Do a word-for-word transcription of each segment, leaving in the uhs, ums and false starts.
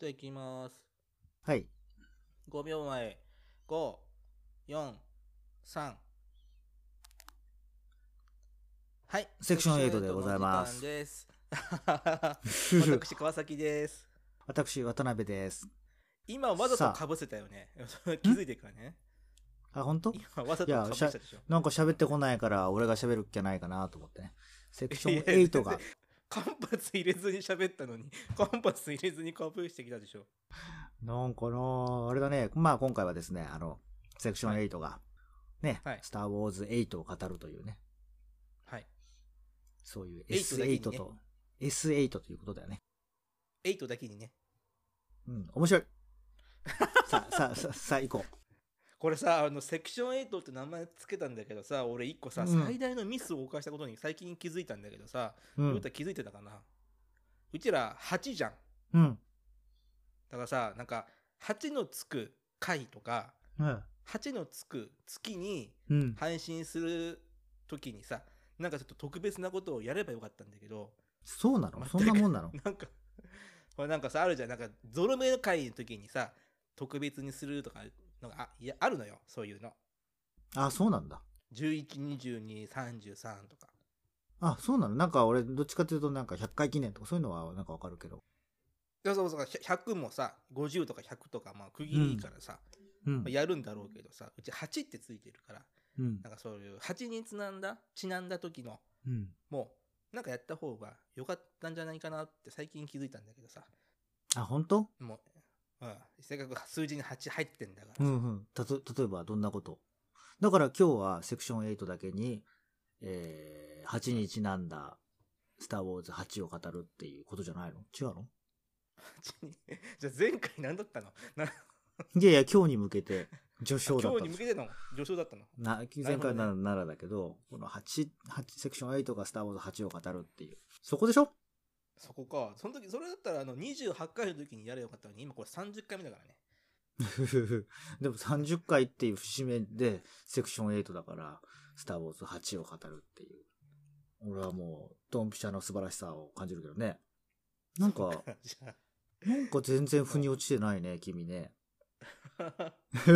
じゃあ行きます。 はい。 ごびょうまえ。ご、よん、さん。はい。 セクションエイトでセクションエイトございの時間ます。 です。私、川崎です。 私、渡辺です。 今、わざとさ被せたよね。それ気あ、んづいてるからね。 あ、本当？ 今、わざいや、 と被しゃ、 したでしょ。 なんか喋ってこないから、俺が喋るっきゃないかなと思ってね。セクションいや、全然、 エイトが、 間髪入れずに喋ったのに、間髪入れずに被してきたでしょ。 なんかなあ、あれだね。まあ今回はですね、あの、セクションはい。 エイトが、ね、 はい。 スター・ウォーズエイトを語るというね、 はい。 そういうエイトだけにエスエイトね。 と、エスエイト ということだよね。 エイトだけにね。 うん、面白い。さあ、さあ、さあ、さあ、行ここれさ、あの、セクションエイトって名前つけたんだけどさ、俺一個う。 さ、 うん、 最大のミスを犯したことに最近気づいたんだけどさ、 うん、 ゆうた気づいてたかな？うちらはちじゃん。 うん、 だからさ、なんか、はちのつく回とか、 うん、 はちのつく月にうん。 配信するときにさ、なんかちょっと特別なことをやればよかったんだけど、 そうなの？そん全く、 なもんなの？ なんか、これなんかさ、あるじゃん。なんか、ゾロ目の回の時にさ、特別にするとか、なんか、あ、いや、あるのよ。そういうの。 あ、そうなんだ。 じゅういち、にじゅうに、さんじゅうさんとか。 あ、そうなの？なんか俺、どっちかというとなんかひゃっかい記念とかそういうのはなんかわかるけど。 いやそうそう、ひゃくもさ、ごじゅうとかひゃくとか、まあ、区切うん。 りからさ、まあ、 うん。 やるんだろうけどさ、うちはちってついてるから、 うん。 なんかそういうはちにちなんだ、ちなんだ時の、 うん。 もう、なんかやった方が良かったんじゃないかなって最近気づいたんだけどさ、 あ、本当？ もう、うん、せっかく数字にはち入ってんだからさ、 うんうん。たと、例えばどんなこと？だから今日はセクションエイトだけに、えー、はちにちなんだ、スターウォーズはちを語るっていうことじゃないの？違うの？ はちにじゃあ前回何だったのな？ いやいや、今日に向けて序あ、今章だったんですよ。 日に向けての序章だったの？ な、 な前回るほどね。 ならならだけど、このはち、はち、セクションエイトがスターウォーズはちを語るっていう。そこでしょ？ そこか。その時、それだったらあのにじゅうはちかいの時にやればよかったのに、今これさんじゅっかいめだからね。 でもさんじゅっかいっていう節目でセクションエイトだから、スターウォーズはちを語るっていう。俺はもう、ドンピシャの素晴らしさを感じるけどね。なんか、 かじゃなんか全然腑に落ちてないね、君ね。 あ。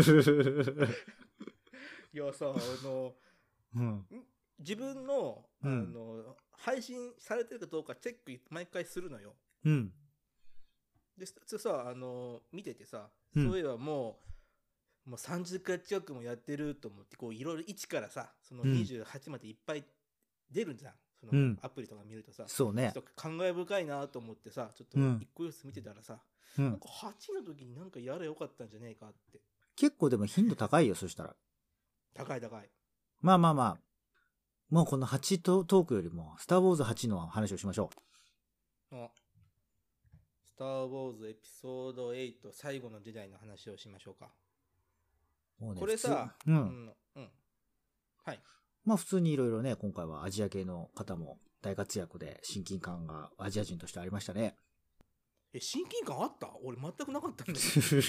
いやさ、あの、 うん。 自分の、あうん。 の、配信されてるかどうかチェック毎回するのよ。 うん。 で、そさ、あの、見ててさ、 うん。 そういえばもう、もうさんじゅっかい近くもやってると思って、こう、いろいろいちからさ、そのうん。 にじゅうはちまでいっぱい出るじゃん。そのうん。 アプリとか見るとさ、 そうね。 ちょっと感慨深いなと思ってさ、ちょっとうん。 一個ずつ見てたらさ、 うん。 なんかはちの時になんかやればよかったんじゃねえかって。 結構でも頻度高いよ、そしたら。 高い高い。 まあまあまあ。もうこのはちトークよりも、スターウォーズはちの話をしましょあ、スター・ウォーズエピソードはち最後の時代の話をしましょうか。 う。もうね、普通、 これさ、 うん。 うん、うん。はい。 まあ普通にいろいろね、今回はアジア系の方も大活躍で親近感がアジア人としてありましたね。 え、親近感あった？俺全くなかったんだけ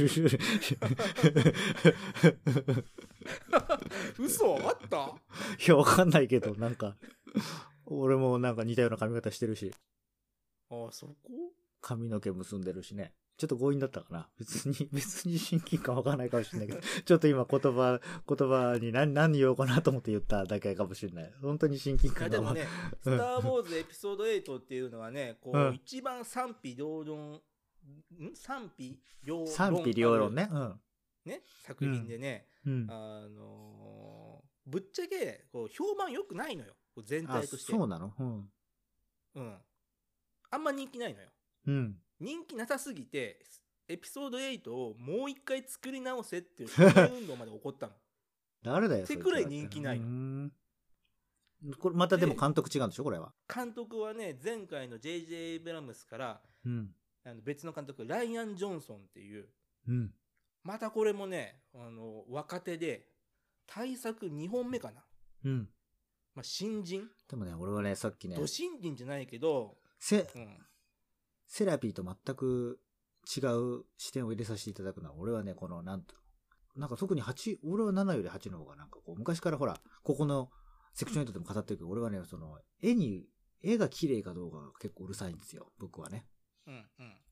ど。嘘あった？ いや、わかんないけど、なんか、俺もなんか似たような髪型してるし、 ああ、そこ？ 髪の毛結んでるしね。ちょっと強引だったかな。別に、別に親近感わかんないかもしれないけど、ちょっと今言葉、言葉に何、何言おうかなと思って言っただけかもしれない。本当に親近いや感がわ。 でもね、スター・ウォーズエピソードはちっていうのはね、こう、 うん。 一番賛否両論、ん賛否両論賛否ある、 両論ね。うん。 ね、作品でね、 うん。 あのーぶっちゃけ、こう、評判良くないのよ。こう全あ、 体として。 そうなの？うん。 うん。あんま人気ないのよ。 うん。 人気なさすぎて、エピソードはちをもう一回作り直せっていう署名運動まで起こったの。っ誰だよ、 てそいくらい人つらっての。うー気ないの。 ん。これまたでもで、 監督違うんでしょこれは。 監督はね、前回の ジェイジェイ エイブラムスから、 うん。 あの別の監督、ライアン・ジョンソンっていう、 うん。 またこれもね、あの、若手で、大作にほんめかな。 うん。 まあ、新人でもね、俺はね、さっきね、 ど新人じゃないけど、 セ、 うん。 セラピーと全く違う視点を入れさせていただくのは、俺はね、この、なんと、なんか特にはち、俺はななよりはちの方がなんかこう、昔からほら、ここのセクションエイトでも語ってるけど、俺はね、その、絵に、絵が綺麗かどうかが結構うるさいんですよ、僕はね。 うんうん。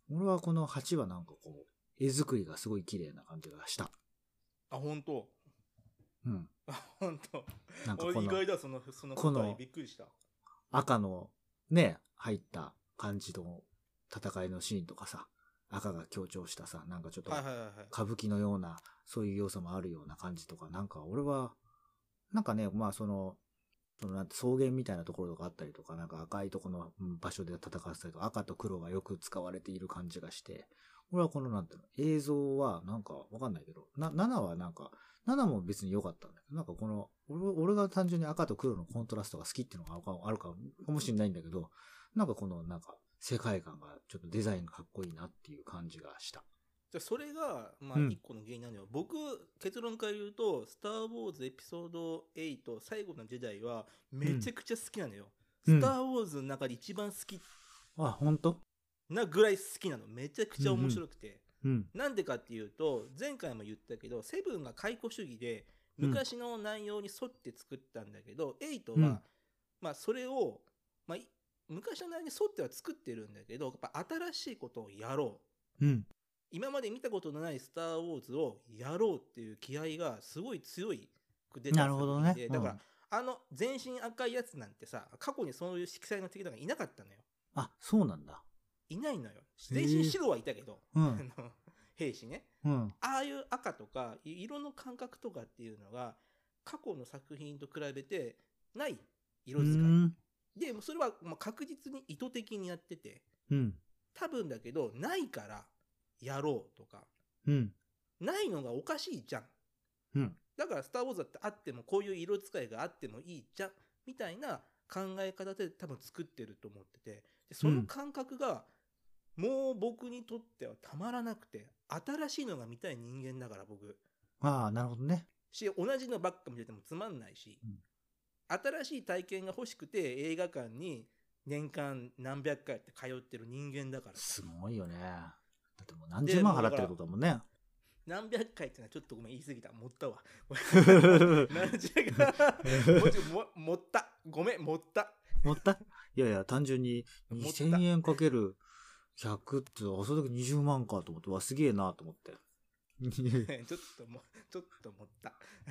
俺はこのはちはなんかこう、絵作りがすごい綺麗な感じがした。 あ、本当。 うん。 あ、本当。 なんかこの、 意外だ、その、その答えびっくりした。 赤のね、入った感じの戦いのシーンとかさ、赤が強調したさ、なんかちょっと歌舞伎のような、そういう要素もあるような感じとか、なんか俺は、なんかね、まあその、そのなんて草原みたいなところがあったりとか、なんか赤いところの場所で戦わせたりとか、赤と黒がよく使われている感じがして、俺はこのなんていうの、映像はなんかわかんないけど、な、ななはなんか、ななも別に良かったんだけど、なんかこの、俺俺が単純に赤と黒のコントラストが好きっていうのがあるかもしれないんだけど、なんかこのなんか世界観がちょっとデザインがかっこいいなっていう感じがした。 じゃそれが、まあ、一個の原因なんだよ。うん、僕、結論から言うと、スター・ウォーズエピソードはち、最後のジェダイは、めちゃくちゃ好きなのよ。うん、スター・ウォーズの中で一番好き。 あ、本当？ なぐらい好きなの。めちゃくちゃ面白くて。 うんうん、 なんでかっていうと、前回も言ったけど、セブンが解雇主義で、昔の内容に沿って作ったんだけど、エイトは、うん、まあ、それを、まあ、昔の内容に沿っては作ってるんだけど、やっぱ新しいことをやろう。うん、 今まで見たことのないスター・ウォーズをやろうっていう気合がすごい強いく出た作品で、だから、うん、あの全身赤いやつなんてさ、過去にそういう色彩の敵とかいなかったのよ。 あ、そうなんだ。 いないのよ。全身白はいたけど、 うん、 兵士ね、 うん、 ああいう赤とか色の感覚とかっていうのが過去の作品と比べてない色使いで、それは確実に意図的にやってて、 うん、 多分だけどないからやろうとか、 うん、 ないのがおかしいじゃん、 うん、 だからスター・ウォーズだってあってもこういう色使いがあってもいいじゃんみたいな考え方で多分作ってると思ってて、でその感覚がもう僕にとってはたまらなくて、新しいのが見たい人間だから僕。 ああ、なるほどね。 し、同じのばっか見ててもつまんないし、うん、新しい体験が欲しくて映画館に年間何百回って通ってる人間だから。 すごいよね。だってもう何十万払ってることだもんね。 何百回ってのはちょっとごめん言い過ぎた。持ったわ。何十回も持った。ごめん、持った。 持ったいやいや、単純ににせんえんかけるひゃくって、あ、それだけにじゅうまんかと思って、わ、すげえなと思って。 ちょっとも、ちょっと持った。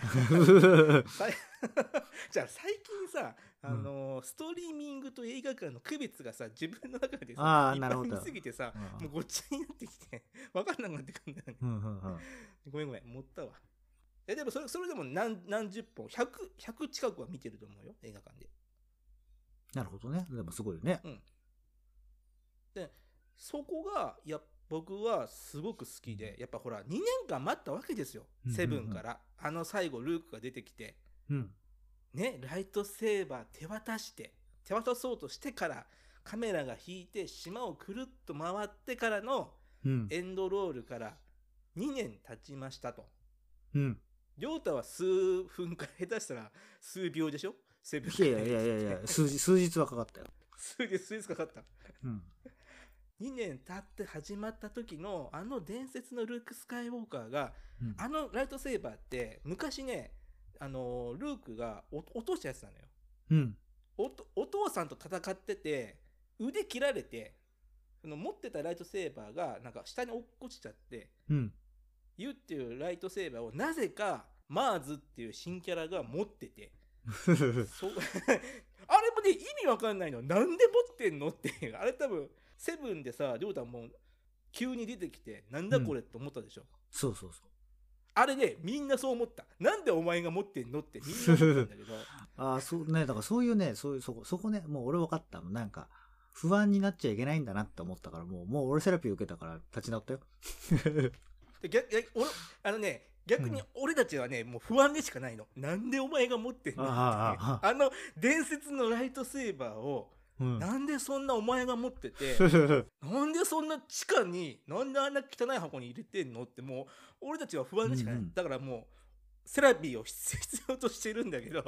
じゃあ最近さ、あのーうん、ストリーミングと映画館の区別がさ、自分の中でさ、いっぱい見すぎてさ、もうごっちゃになってきて、分かんなくなってくるんだよね。 うんうんうん、 ごめんごめん、持ったわ。え、でもそれ、それでも何、何十本、ひゃく、ひゃく近くは見てると思うよ、映画館で。 なるほどね。でもすごいよね。 うん。で、そこが、や僕はすごく好きで、やっぱほら、にねんかん待ったわけですよ。うんうんうん、セブンから。あの最後、ルークが出てきて。 うん。 ね、ライトセーバー手渡して、手渡そうとしてから、カメラが引いて、島をくるっと回ってからの、エンドロールからにねん経ちましたと。 うん。 りょうたは数分か下手したら数秒でしょ、セブン。 いやいやいやいや、数日、数日はかかったよ。 数日、数日かかった。 うん。 にねん経って始まった時のあの伝説のルーク・スカイウォーカーが、うん、あのライトセーバーって昔ね、あのー、ルークが落としたやつなのよ、 うん、 お, お父さんと戦ってて腕切られて、その持ってたライトセーバーがなんか下に落っこちちゃって、 うん、 ユっていうライトセーバーをなぜかマーズっていう新キャラが持っててそあれもね意味わかんないの、なんで持ってんのっていう、あれ多分セブンでさ、りょうたも急に出てきてなんだこれって思ったでしょ、うん、 そうそうそう、 あれね、みんなそう思った。なんでお前が持ってんのってみんな思ったんだけどああ、そうね、だからそういうね、そういうそこそこね、もう俺分かったの、なんか不安になっちゃいけないんだなって思ったから、もうもう俺セラピー受けたから立ち直ったよで逆逆俺あのね逆に俺たちはね、うん、もう不安でしかないの。なんでお前が持ってんのって、ね、あ, あの伝説のライトセーバーを、うん、なんでそんなお前が持っててなんでそんな地下になんであんな汚い箱に入れてんのって、もう俺たちは不安でしかない、うんうん、だからもうセラピーを必要としてるんだけど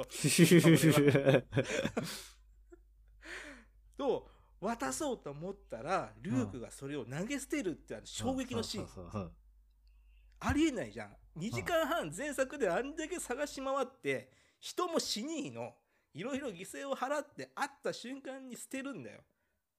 と渡そうと思ったらルークがそれを投げ捨てるってあの衝撃のシーン、ありえないじゃん。にじかんはん前作であんだけ探し回って人も死にのいろいろ犠牲を払って会った瞬間に捨てるんだよ。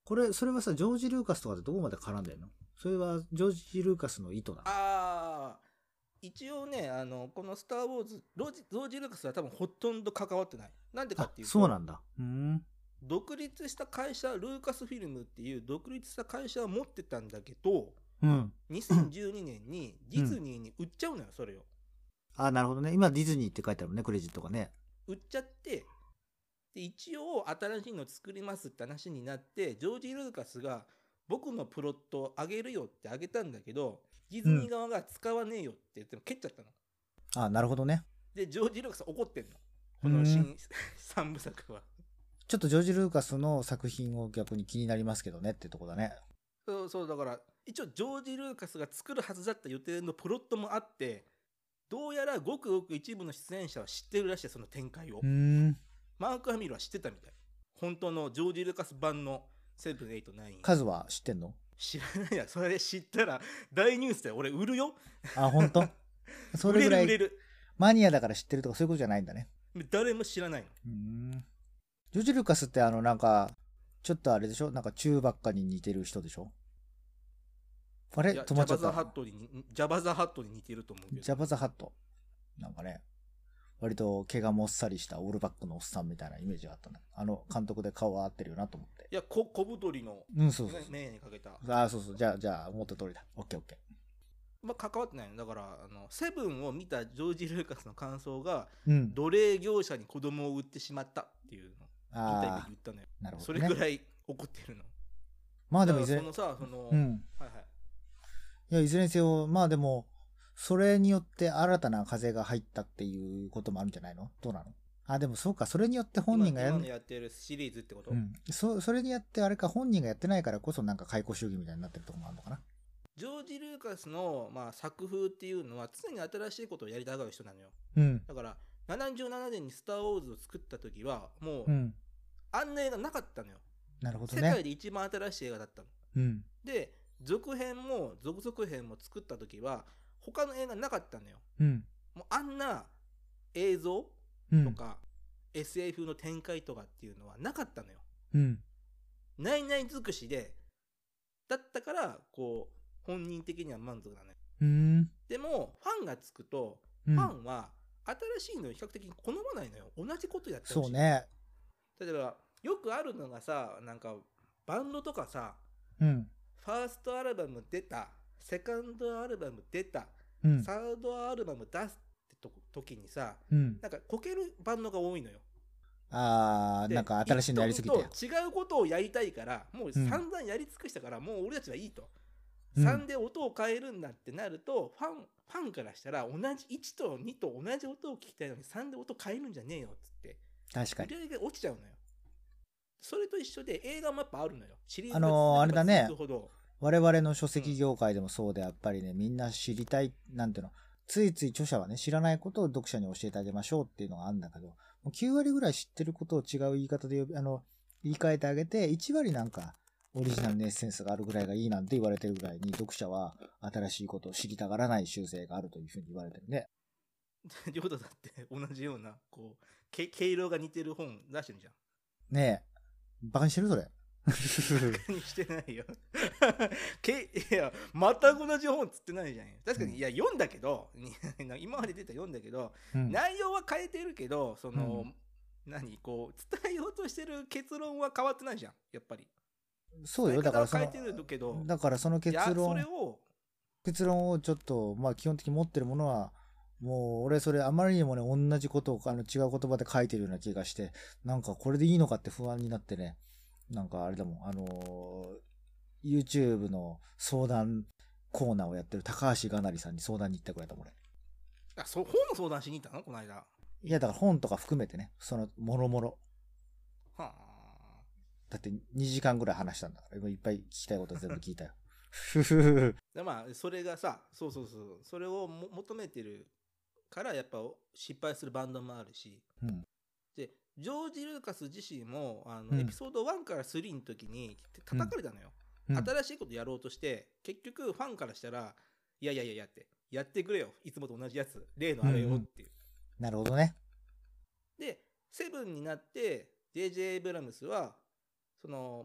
これ、それはさ、ジョージ・ルーカスとかでどこまで絡んでんの？それはジョージ・ルーカスの意図なの？ ああ、一応ね、あの、このスター・ウォーズ、ジョージ・ルーカスは多分ほとんど関わってない。なんでかっていうと、 そうなんだ。うん。 独立した会社、ルーカスフィルムっていう独立した会社を持ってたんだけど、 うん。 にせんじゅうにねんにディズニーに売っちゃうのよ、それを。 ああ、なるほどね。今ディズニーって書いてあるもんね、クレジットがね。 売っちゃって、で一応新しいの作りますって話になって、ジョージ・ルーカスが僕のプロットをあげるよってあげたんだけど、ディズニー側が使わねえよって言っても蹴っちゃったの。 ああ、なるほどね。 で、ジョージ・ルーカス怒ってんの。この新三部作は。 ちょっとジョージ・ルーカスの作品を逆に気になりますけどねってとこだね。 そうそう、だから一応ジョージ・ルーカスが作るはずだった予定のプロットもあって、どうやらごくごく一部の出演者は知ってるらしい、その展開を。 うーん。 マーク・ハミルは知ってたみたい。本当のジョージ・ルーカス版のセブン、エイト、ナイン。 数は知ってんの？ 知らないや、それ知ったら大ニュースだよ。俺売るよ。 あ、本当？それぐらい売れる売れる。 マニアだから知ってるとかそういうことじゃないんだね。 誰も知らないの。 うーん。ジョージ・ルーカスってあのなんか、ちょっとあれでしょ？なんか中ばっかに似てる人でしょ？あれ止まっちゃった。ジャバザ・ハットに、ジャバザ・ハットに似てると思うけど。 ジャバザ・ハット。なんかね、割と毛がもっさりしたオールバックのおっさんみたいなイメージがあったんだ。あの監督で顔は合ってるよなと思って。 いや、こ小太りの、 うん、そうそうそう。 目にかけた。 ああ、そうそう。じゃあ、じゃあ、思った通りだ。オッケーオッケー。 まあ、関わってないの。だから、あの、セブンを見たジョージ・ルーカスの感想が、 うん、 奴隷業者に子供を売ってしまったっていうのを、インタビューで言ったのよ。 なるほど、ね。 それぐらい怒ってるの。 まあでもいずれ。 そのさ、その、 うん。はいはい。いや、いずれにせよ、まあでも、それによって新たな風が入ったっていうこともあるんじゃないの？どうなの？あ、でもそうか、それによって本人がやる。今のやってるシリーズってこと？ うん。そ、それにやってあれか、本人がやってないからこそなんか解雇主義みたいになってるところもあるのかな。 ジョージ・ルーカスの、まあ、作風っていうのは常に新しいことをやりたがる人なのよ。 うん。 だから、ななじゅうななねんにスター・ウォーズを作った時は、もう、 うん、 あんな映画なかったのよ。 なるほどね。 世界で一番新しい映画だったの。 うん。で、 続編も、続々編も作った時は、他の映画なかったのよ。 うん。 もうあんな映像とか、うん、エスエフ の展開とかっていうのはなかったのよ。 うん。 ないない尽くしで、だったから、こう、本人的には満足なのよ。 うん。 でも、ファンがつくと、ファンは新しいのを比較的に好まないのよ。同じことやってほしい。 そうね。 例えば、よくあるのがさ、なんか、バンドとかさ、 うん、 ファーストアルバム出た、セカンドアルバム出た、 うん、 サードアルバム出すってと時にさ、 うん、 なんかこけるバンドが多いのよ。 あー、なんか新しいのやりすぎて。 違うことをやりたいから、もう散々やり尽くしたから、うん、もう俺たちはいいと。さんで音を変えるんだってなると、ファン、ファンからしたら同じいちとにと同じ音を聞きたいのにさんで音変えるんじゃねえよっつって。 確かに。 売り上げが落ちちゃうのよ。それと一緒で映画もやっぱあるのよ。シリーズあのー、あれだね。 ほど我々の書籍業界でもそうで、やっぱりね、みんな知りたい、なんていうの、ついつい著者はね、知らないことを読者に教えてあげましょうっていうのがあるんだけど、もうきゅうわりぐらい知ってることを違う言い方であの、言い換えてあげて、いちわりなんか、オリジナルのエッセンスがあるぐらいがいいなんて言われてるぐらいに、読者は新しいことを知りたがらない習性があるというふうに言われてるね。 りょうただって同じような、こう、毛色が似てる本出してるじゃん。 ねえ。バカにしてるそれ。 バカにしてないよ。けいや、また同じ本つってないじゃん。確かに、うん、いや、読んだけど、今まで出た読んだけど、うん、内容は変えてるけど、その、うん、何、こう、伝えようとしてる結論は変わってないじゃん、やっぱり。 そうよ、だからその、だからその結論、 それを結論をちょっと、まあ基本的に持ってるものは、もう俺それあまりにもね、同じことをあの違う言葉で書いてるような気がして、なんかこれでいいのかって不安になってね、なんかあれだもん、あのー、YouTube の相談コーナーをやってる高橋がなりさんに相談に行ったくらいだもん俺。 あ、そう、本の相談しに行ったのこの間。 いやだから本とか含めてね、そのもろもろ。はあ。だってにじかんぐらい話したんだから、いっぱい聞きたいこと全部聞いたよ。 でまあそれがさ、そうそうそう、それをも求めてるからやっぱ失敗するバンドもあるし、うん、でジョージ・ルーカス自身もあの、うん、エピソードワンからスリーの時に叩かれたのよ、うん、新しいことやろうとして結局ファンからしたらいやいやいややってやってくれよ、いつもと同じやつ例のあれよっていう、 うん、なるほどね。 でセブンになって ジェイジェイ エイブラムスはその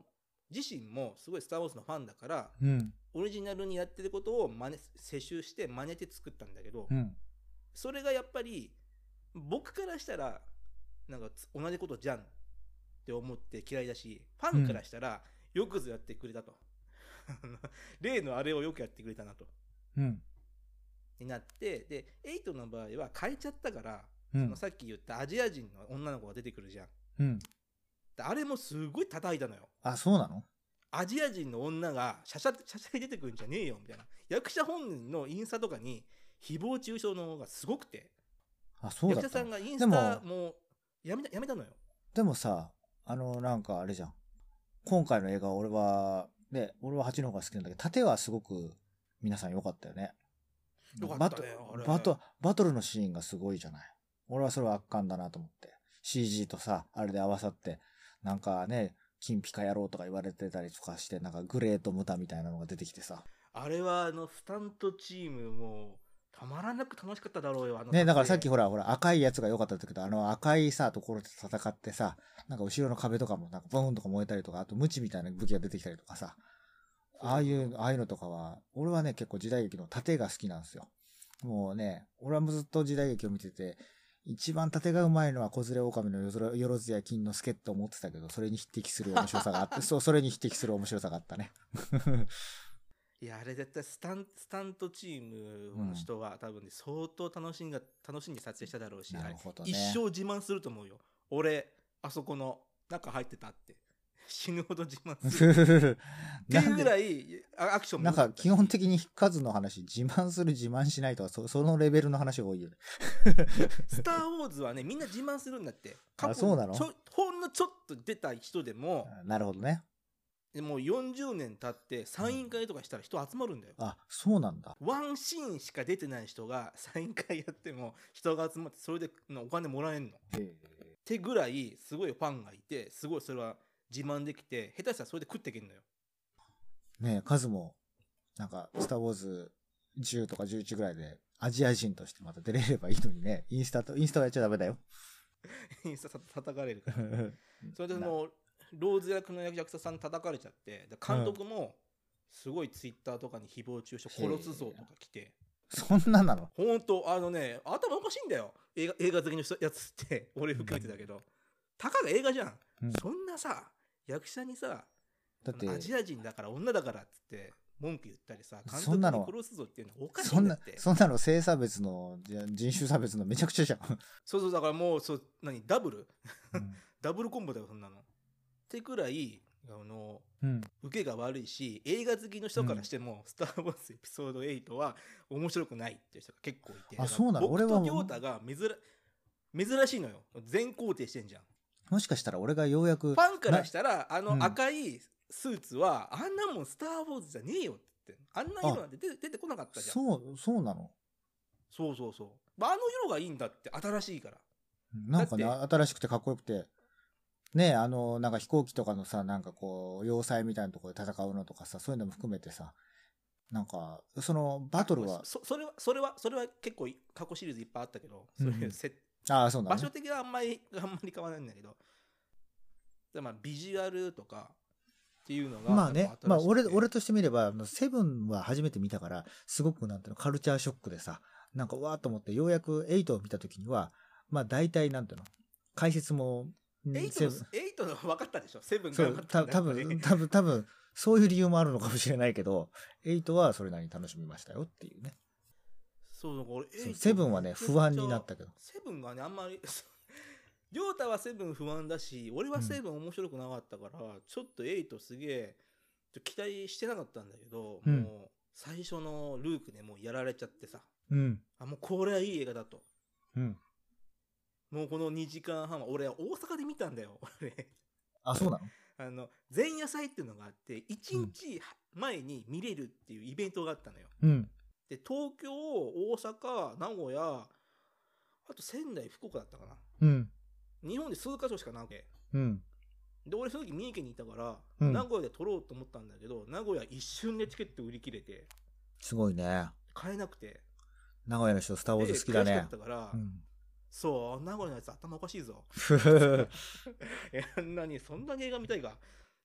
自身もすごいスター・ウォーズのファンだから、 うん、 オリジナルにやってることを真似世襲して真似て作ったんだけど、 うん、 それがやっぱり僕からしたらなんか同じことじゃんって思って嫌いだし、ファンからしたらよくぞやってくれたと、うん、例のあれをよくやってくれたなと、 うん、 になって、でエイトの場合は変えちゃったから、 うん、 そのさっき言ったアジア人の女の子が出てくるじゃん、 うん、 あれもすごい叩いたのよ。 あ、そうなの？ アジア人の女がシャシャシャシャに出てくるんじゃねえよみたいな、役者本人のインスタとかに誹謗中傷の方がすごくて、 あ、そうだった。 役者さんがインスタもうやめたやめたのよ。 でもさ、あのなんかあれじゃん、今回の映画俺はね、俺ははちの方が好きなんだけど、盾はすごく皆さん良かったよね。 よかったね、あれ。 バト、バトルのシーンがすごいじゃない。俺はそれは圧巻だなと思って、 シージー とさあれで合わさってなんかね、金ピカ野郎とか言われてたりとかして、なんかグレーとムタみたいなのが出てきてさ、 あれはあのスタントチームもたまらなく楽しかっただろうよ、あのね。だからさっきほらほら赤いやつが良かったけど、あの赤いさところで戦ってさ、なんか後ろの壁とかもなんかボーンとか燃えたりとか、あとムチみたいな武器が出てきたりとかさ、ああいうああいうのとかは俺はね結構時代劇の盾が好きなんですよ。もうね、俺はずっと時代劇を見てて、一番盾がうまいのは子連れ狼のよろずや金之助って思ってたけど、それに匹敵する面白さがあってそう、それに匹敵する面白さがあったね。 いや、あれ絶対スタンスタントチームの人は多分ね、相当楽しんが楽しんで撮影しただろうし、 なるほどね、 一生自慢すると思うよ。俺あそこの中入ってたって死ぬほど自慢するっていうぐらいアクションもなんか基本的に数の話、自慢する自慢しないとか そ, そのレベルの話が多いよね。 スター・ウォーズはね、みんな自慢するんだって。 あ、そうなの？ ちょほんのちょっと出た人でも、 なるほどね。 でもうよんじゅうねん経ってサイン会とかしたら人集まるんだよ、 うん、あ、そうなんだ。 ワンシーンしか出てない人がサイン会やっても人が集まって、それでお金もらえんのってぐらいすごいファンがいて、すごいそれは自慢できて、下手したらそれで食っていけんのよね。え、数もなんかスター・ウォーズじゅうとかじゅういちぐらいでアジア人としてまた出れればいいのにね。インスタとインスタはやっちゃダメだよ。 インスタ叩かれるからそれでもうローズ役の役者さん叩かれちゃって、監督もすごいツイッターとかに誹謗中傷殺すぞとか来て、 そんななの？ ほんとあのね、頭おかしいんだよ、映画、映画好きのやつって俺含めてだけど、うん、たかが映画じゃん、うん、そんなさ役者にさ、だってアジア人だから女だからっつって文句言ったりさ、監督に殺すぞっていうのはおかしいんだって。 そんなの性差別の人種差別のめちゃくちゃじゃんそうそう、だからもうそう何ダブル、うん、ダブルコンボだよそんなのってくらいあの、うん、受けが悪いし、映画好きの人からしても、うん、スター・ウォーズエピソードエイトは面白くないっていう人が結構いて、 あ、そうなの？ 僕と京太が珍珍しいのよ。全肯定してんじゃん。 もしかしたら俺がようやくファンからしたらあの赤いスーツは、うん、あんなもんスター・ウォーズじゃねえよって言って、あんな色なんて出て、出てこなかったじゃん。 そうそうなの？ そうそうそう、あの色がいいんだって、新しいから。 なんかね、新しくてかっこよくてね、あのなんか飛行機とかのさ、なんかこう要塞みたいなところで戦うのとかさ、そういうのも含めてさ、なんかそのバトルはそ, それはそれはそれは結構過去シリーズいっぱいあったけど、それ、うん、 あ、そうだね、 場所的にはあんまりあんまり変わらないんだけど、でまあビジュアルとかっていうのがまあね、まあ俺俺としてみればセブンは初めて見たからすごくなんていうのカルチャーショックでさ、なんかわーっと思って、ようやくエイトを見た時にはまあ大体なんていうの解説もエイトの、エイトの分かったでしょ、セブンが分かったんだ。 多分多分多分そういう理由もあるのかもしれないけど、エイトはそれなりに楽しみましたよっていうね。 そうだから俺セブンはね不安になったけど、 セブンがねあんまりりょうたはセブン不安だし、俺はセブン面白くなかったから、うん、ちょっとエイトすげえ期待してなかったんだけど、うん、もう最初のルークでもうやられちゃってさ、 うん、 あもうこれはいい映画だと、 うん、 もうこのにじかんはんは俺は大阪で見たんだよ俺。 あ、そうなの？ あの前夜祭っていうのがあって、いちにちまえに見れるっていうイベントがあったのよ、 うん、 で東京、大阪、名古屋、あと仙台、福岡だったかな、 うん、 日本で数カ所しかなくて、 うん、 で俺その時三重県にいたから、 うん、 名古屋で撮ろうと思ったんだけど、名古屋一瞬でチケット売り切れて、 すごいね、 買えなくて、 名古屋の人スター・ウォーズ好きだね。 悔しかったから、うん、そう名古屋のやつ頭おかしいぞ。え何そんなに映画見たいか。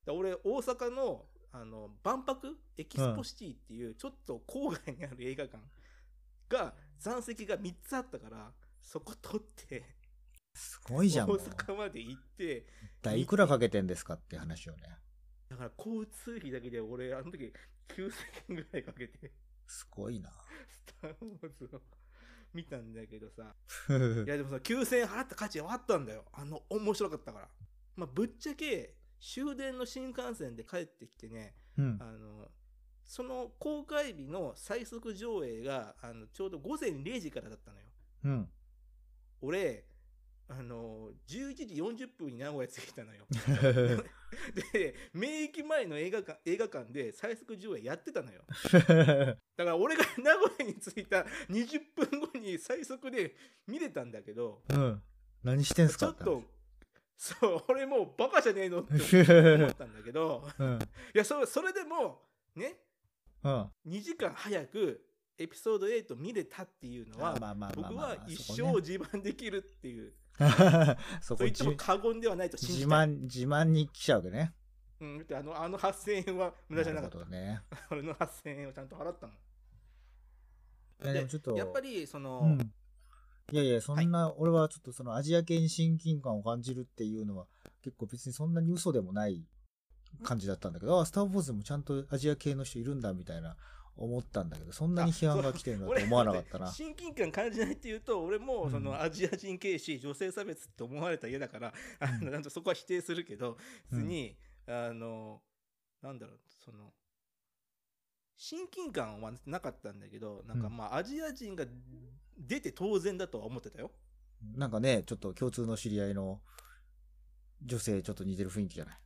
俺大阪のあの万博エキスポシティっていうちょっと郊外にある映画館が残席がみっつあったからそこ取ってすごいじゃん。 大阪まで行っていくらかけてんですかって話よね。 だから交通費だけで俺あの時きゅうせんえんぐらいかけてすごいな。 スター・ウォーズを見たんだけどさいやでもさきゅうせんえん払った価値はあったんだよ。あの面白かったから。まあぶっちゃけ終電の新幹線で帰ってきてね、うん、あのその公開日の最速上映があのちょうどごぜんれいじからだったのよ。うん、俺あのじゅういちじよんじゅっぷんに名古屋着いたのよで名駅前の映画館映画館で最速上映やってたのよだから俺が名古屋に着いたにじゅっぷんごに最速で見れたんだけど、 うん、何してんすか。 ちょっとそう俺もうバカじゃねえのって思ったんだけど、うん、いや そ, それでもね、うん、にじかん早くエピソードはち見れたっていうのは僕は一生自慢できるっていうそこ言っても過言ではないと信じたい。 自慢自慢に来ちゃうわけね。 うん、あのあのはっせんえんは無駄じゃなかった。 なるほどね。 俺のはっせんえんをちゃんと払ったの。 で, でもちょっとやっぱりその、 うん、いやいやそんな、はい、俺はちょっとそのアジア系に親近感を感じるっていうのは結構別にそんなに嘘でもない感じだったんだけど、あスター・ウォーズでもちゃんとアジア系の人いるんだみたいな思ったんだけど、そんなに批判が来てるのと思わなかったな。 親近感感じないっていうと俺もそのアジア人軽視、女性差別って思われた家だから、うん、あのなんとそこは否定するけど、別に、うん、あのなんだろうその親近感はなかったんだけど、なんかまあアジア人が出て当然だとは思ってたよ。 なんかねちょっと共通の知り合いの女性ちょっと似てる雰囲気じゃない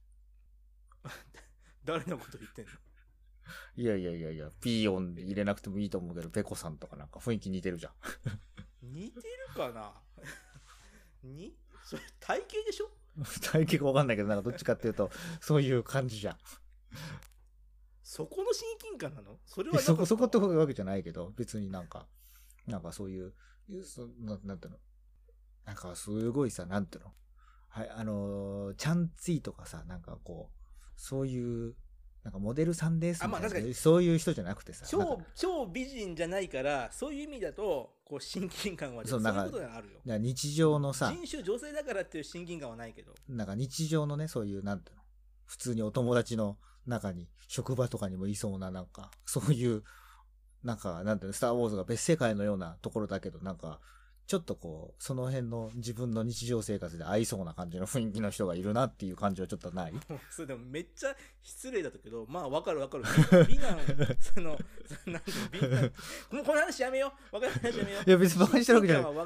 誰のこと言ってんの。 いやいやいやいや、ピー音で入れなくてもいいと思うけど、ペコさんとかなんか雰囲気似てるじゃん。 似てるかなにそれ体型でしょ体型がわかんないけど、なんかどっちかっていうと、そういう感じじゃん。 そこの親近感なのそれはそこ、そこってわけじゃないけど、別になんか、なんかそういう、そななんていうのなんかすごいさ、なんていうのはい、あのー、チャンツィとかさ、なんかこう、そういう、なんかモデルさんですみたいな、まあ、確かにそういう人じゃなくてさ超, 超美人じゃないからそういう意味だとこう親近感はそういうことがあるよ。 だ日常のさ人種女性だからっていう親近感はないけど、 なんか日常のねそういうなんていうの普通にお友達の中に職場とかにもいそうななんかそういうなんかなんていうのスター・ウォーズが別世界のようなところだけどなんかちょっとこうその辺の自分の日常生活で合いそうな感じの雰囲気の人がいるなっていう感じはちょっとない。 それでもめっちゃ失礼だったけどまあ分かる分かる美男そのなんて美男このこの話やめよう分かる話やめよう。 いや別にバカにしてるわけじゃない。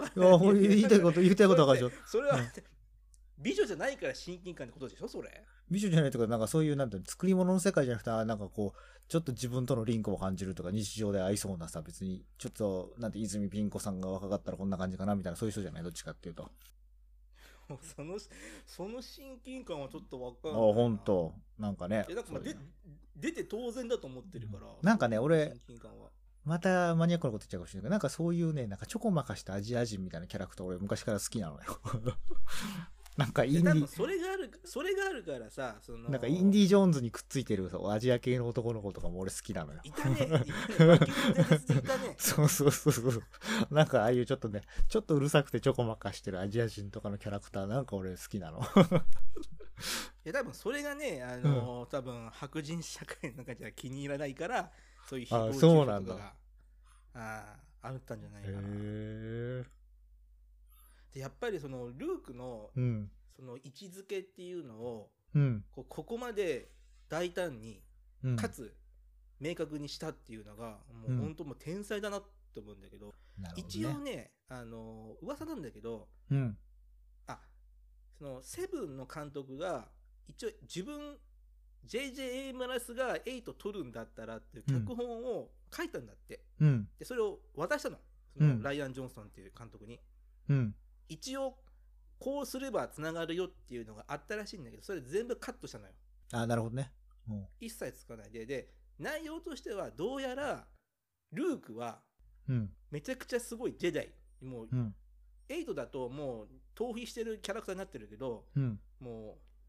言いたいこと言いたいことは分かるでしょ。 それは、うん、美女じゃないから親近感ってことでしょそれ。 美女じゃないとかなんかそういうなんて作り物の世界じゃなくてなんかこうちょっと自分とのリンクを感じるとか日常で合いそうなさ別にちょっとなんて泉ピン子さんが若かったらこんな感じかなみたいなそういう人じゃないどっちかっていうとそのその親近感はちょっと分かんない。 あ本当なんかねなんかまあで出て当然だと思ってるから、 なんかね俺またマニアックなこと言っちゃうかもしれないけどなんかそういうねなんかちょこまかしたアジア人みたいなキャラクター俺昔から好きなのよなんかインディそれがあるそれがあるからさそのなんかインディ・ジョーンズにくっついてるアジア系の男の子とかも俺好きなのよ。 いたねいたねいたねそうそうそうそうなんかああいうちょっとねちょっとうるさくてちょこまかしてるアジア人とかのキャラクターなんか俺好きなのいや多分それがねあの、うん、多分白人社会の中じゃ気に入らないからそういう誹謗中傷とかがああったんじゃないかな。へーでやっぱりそのルークの、うん、その位置づけっていうのを、うん、こ, ここまで大胆に、うん、かつ明確にしたっていうのがもう本当もう天才だなと思うんだけど、うんね、一応ねあの噂なんだけど、うん、あそのセブンの監督が一応自分 ジェイジェイ エイムラスがエイト取るんだったらっていう脚本を書いたんだって、うん、でそれを渡したの、そのライアン・ジョンソンっていう監督に、うん一応こうすればつながるよっていうのがあったらしいんだけどそれ全部カットしたのよ。 あなるほどね、 うん、一切つかないでで内容としてはどうやらルークはめちゃくちゃすごいジェダイもう、うん、エイトだともう逃避してるキャラクターになってるけど、うん、もう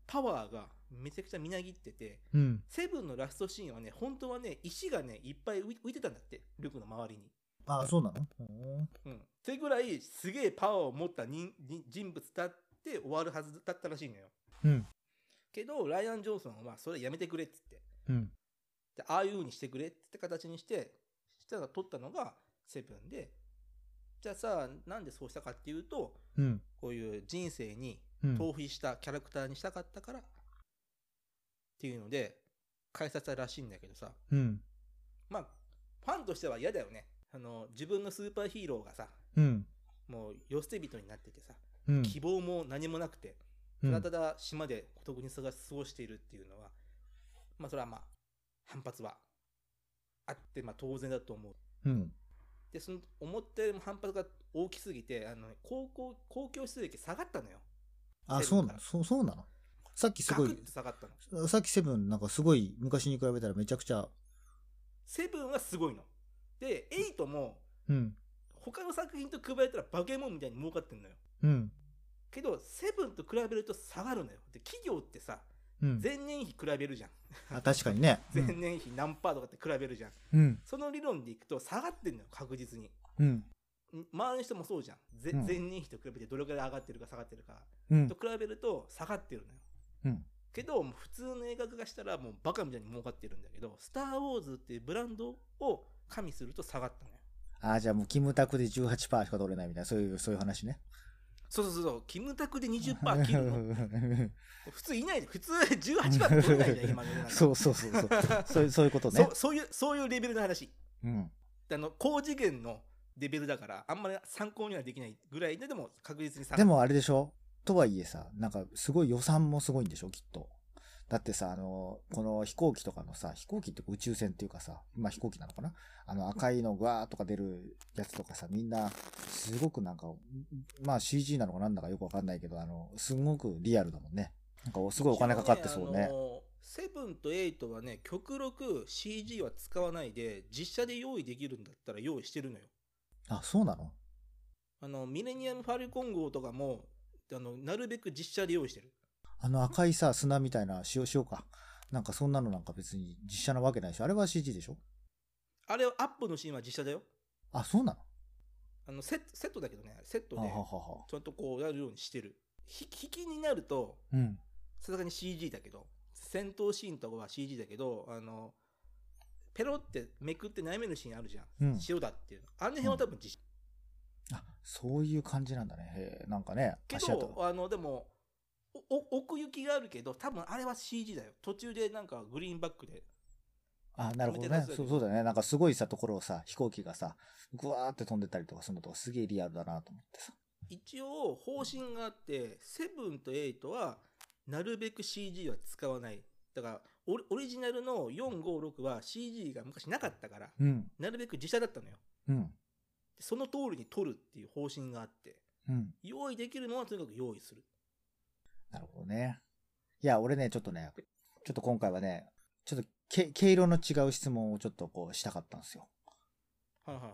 パワーがめちゃくちゃみなぎってて、 うん、 セブンのラストシーンはね、本当はね、石がね、いっぱい浮いてたんだって、ルークの周りに。 ああ、そうなの？ うん。ってぐらい、すげえパワーを持った人人物だって終わるはずだったらしいのよ。 うん。 けど、ライアン・ジョンソンはそれやめてくれっつって。 うん。 で、ああいう風にしてくれって形にして、したら撮ったのがセブンで、じゃあさ、なんでそうしたかっていうと、 うん、 こういう人生に逃避したキャラクターにしたかったから、うん、っていうので、開催したらしいんだけどさ、 うん、 まあ、ファンとしては嫌だよね。あの、自分のスーパーヒーローがさ、 うん、 もう、世捨て人になっててさ、 うん、 希望も何もなくて、ただただ島で孤独に過ごしているっていうのは、まあ、それはまあ、反発はあって、まあ、当然だと思う。 うん。 で、その、思ったよりも反発が大きすぎて、あの、高校、公共出席下がったのよ。 あ、そうなの？そう、そうなの？さっきすごい、 下がったの。 さっきセブンなんかすごい昔に比べたらめちゃくちゃ。 セブンはすごいの。で、エイトも、 うん。 他の作品と比べたらバケモンみたいに儲かってんのよ。 うん。 けど、セブンと比べると下がるのよ。で、企業ってさ、うん、前年比比べるじゃん。 あ、確かにね。 前年比何パーとかって比べるじゃん。 うん。 その理論でいくと下がってんのよ、確実に。 うん。 周りの人もそうじゃん。ぜ、うん、前年比と比べてどれくらい上がってるか下がってるか、 うん、 と比べると下がってるのよ。 うん。 けど、普通の映画化したらもうバカみたいに儲かってるんだけど、スター・ウォーズっていうブランドを加味すると下がったのよ。 ああ、じゃあもうキムタクで じゅうはちパーセント しか取れないみたいな、そういう、そういう話ね。 そうそうそう、キムタクで にじゅっパーセント 切るの普通いないで、普通 じゅうはちパーセント 取れないじゃん、今の世の中。 そうそうそうそう。そういう、そういうことね。 そ, そういう、そういうレベルの話。 うん。 あの、高次元のレベルだから、あんまり参考にはできないぐらいで、でも確実に下がる。 でもあれでしょ？とはいえさ、なんかすごい予算もすごいんでしょ、きっと。だってさ、あの、この飛行機とかのさ、飛行機って宇宙船っていうかさ、今飛行機なのかな？あの赤いのガーとか出るやつとかさ、みんな、すごくなんか、まあ シージー なのかなんだかよくわかんないけど、あの、すごくリアルだもんね。なんかすごいお金かかってそうね。 セブンとエイトはね、極力 シージー は使わないで、実写で用意できるんだったら用意してるのよ。 あ、そうなの？ あの、ミレニアム・ファルコン号とかも、あの、なるべく実写で用意してる。 あの赤いさ、砂みたいな、しようしようか。なんかそんなのなんか別に実写なわけないし、あれは シージー でしょ？あれはアップのシーンは実写だよ。 あ、そうなの？ あのセット、セットだけどね、セットで、ちゃんとこうやるようにしてる。引きになると、さすがに シージー だけど、戦闘シーンとかは シージー だけど、あの、ペロってめくって悩めるシーンあるじゃん。うん、塩だっていう。あの辺は多分実写。 うん、あ、そういう感じなんだね。へえ、なんかね。 けど、あの、でも、お奥行きがあるけど、多分あれは シージー だよ。途中でなんかグリーンバックで。 あ、なるほどね。そう、そうだね。なんかすごいさ、ところをさ、飛行機がさ、ぐわーって飛んでたりとかするのとかすげえリアルだなと思ってさ。 一応、方針があって、セブンとエイトは、なるべく シージー は使わない。だからオリ、オリジナルのよん、ご、ろくは シージー が昔なかったから、うん、なるべく自社だったのよ。うん、その通りに撮るっていう方針があって、うん、用意できるのはとにかく用意する。 なるほどね。いや、俺ね、ちょっとね、ちょっと今回はね、ちょっと毛色の違う質問をちょっとこうしたかったんですよ。 はいはいはい。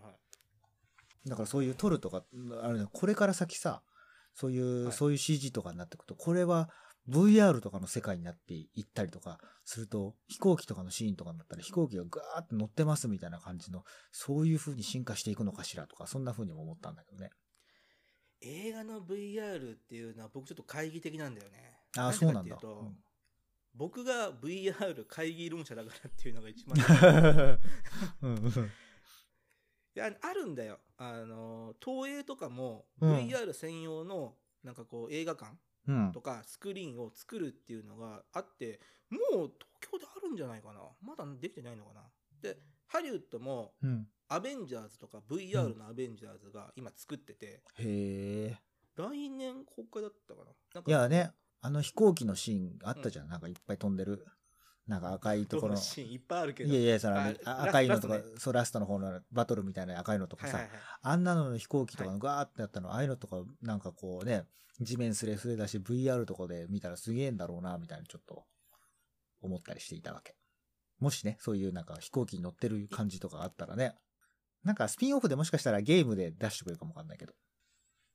だからそういう撮るとか、あれね、これから先さ、そういう、はい、そういう シージー とかになってくと、これは ブイアール とかの世界になっていったりとかすると、飛行機とかのシーンとかになったら飛行機がガーって乗ってますみたいな感じの、そういう風に進化していくのかしらとか、そんな風にも思ったんだけどね。 映画の ブイアール っていうのは僕ちょっと懐疑的なんだよね。 ああ、そうなんだ。うん、 僕が ブイアール 会議論者だからっていうのが一番いや、あるんだよ。あの、東映とかも ブイアール 専用のなんかこう映画館とかスクリーンを作るっていうのがあって、もう東京であるんじゃないかな。まだできてないのかな。で、ハリウッドも、うんアベンジャーズとか ブイアール のアベンジャーズが今作ってて、 うん、へえ。 来年公開だったかな。なんかいやね、あの飛行機のシーンあったじゃん、うん、なんかいっぱい飛んでる。なんか赤いところ。 シーンいっぱいあるけど。 いやいや、その赤いのとか、そうラストの方のバトルみたいな赤いのとかさ、はいはいはい、あんなのの飛行機とかのガーってやったの、はい、ああいうのとかなんかこうね、地面すれすれだし ブイアール とかで見たらすげえんだろうな、みたいなちょっと思ったりしていたわけ。もしね、そういうなんか飛行機に乗ってる感じとかあったらね、なんかスピンオフでもしかしたらゲームで出してくれるかもわかんないけど。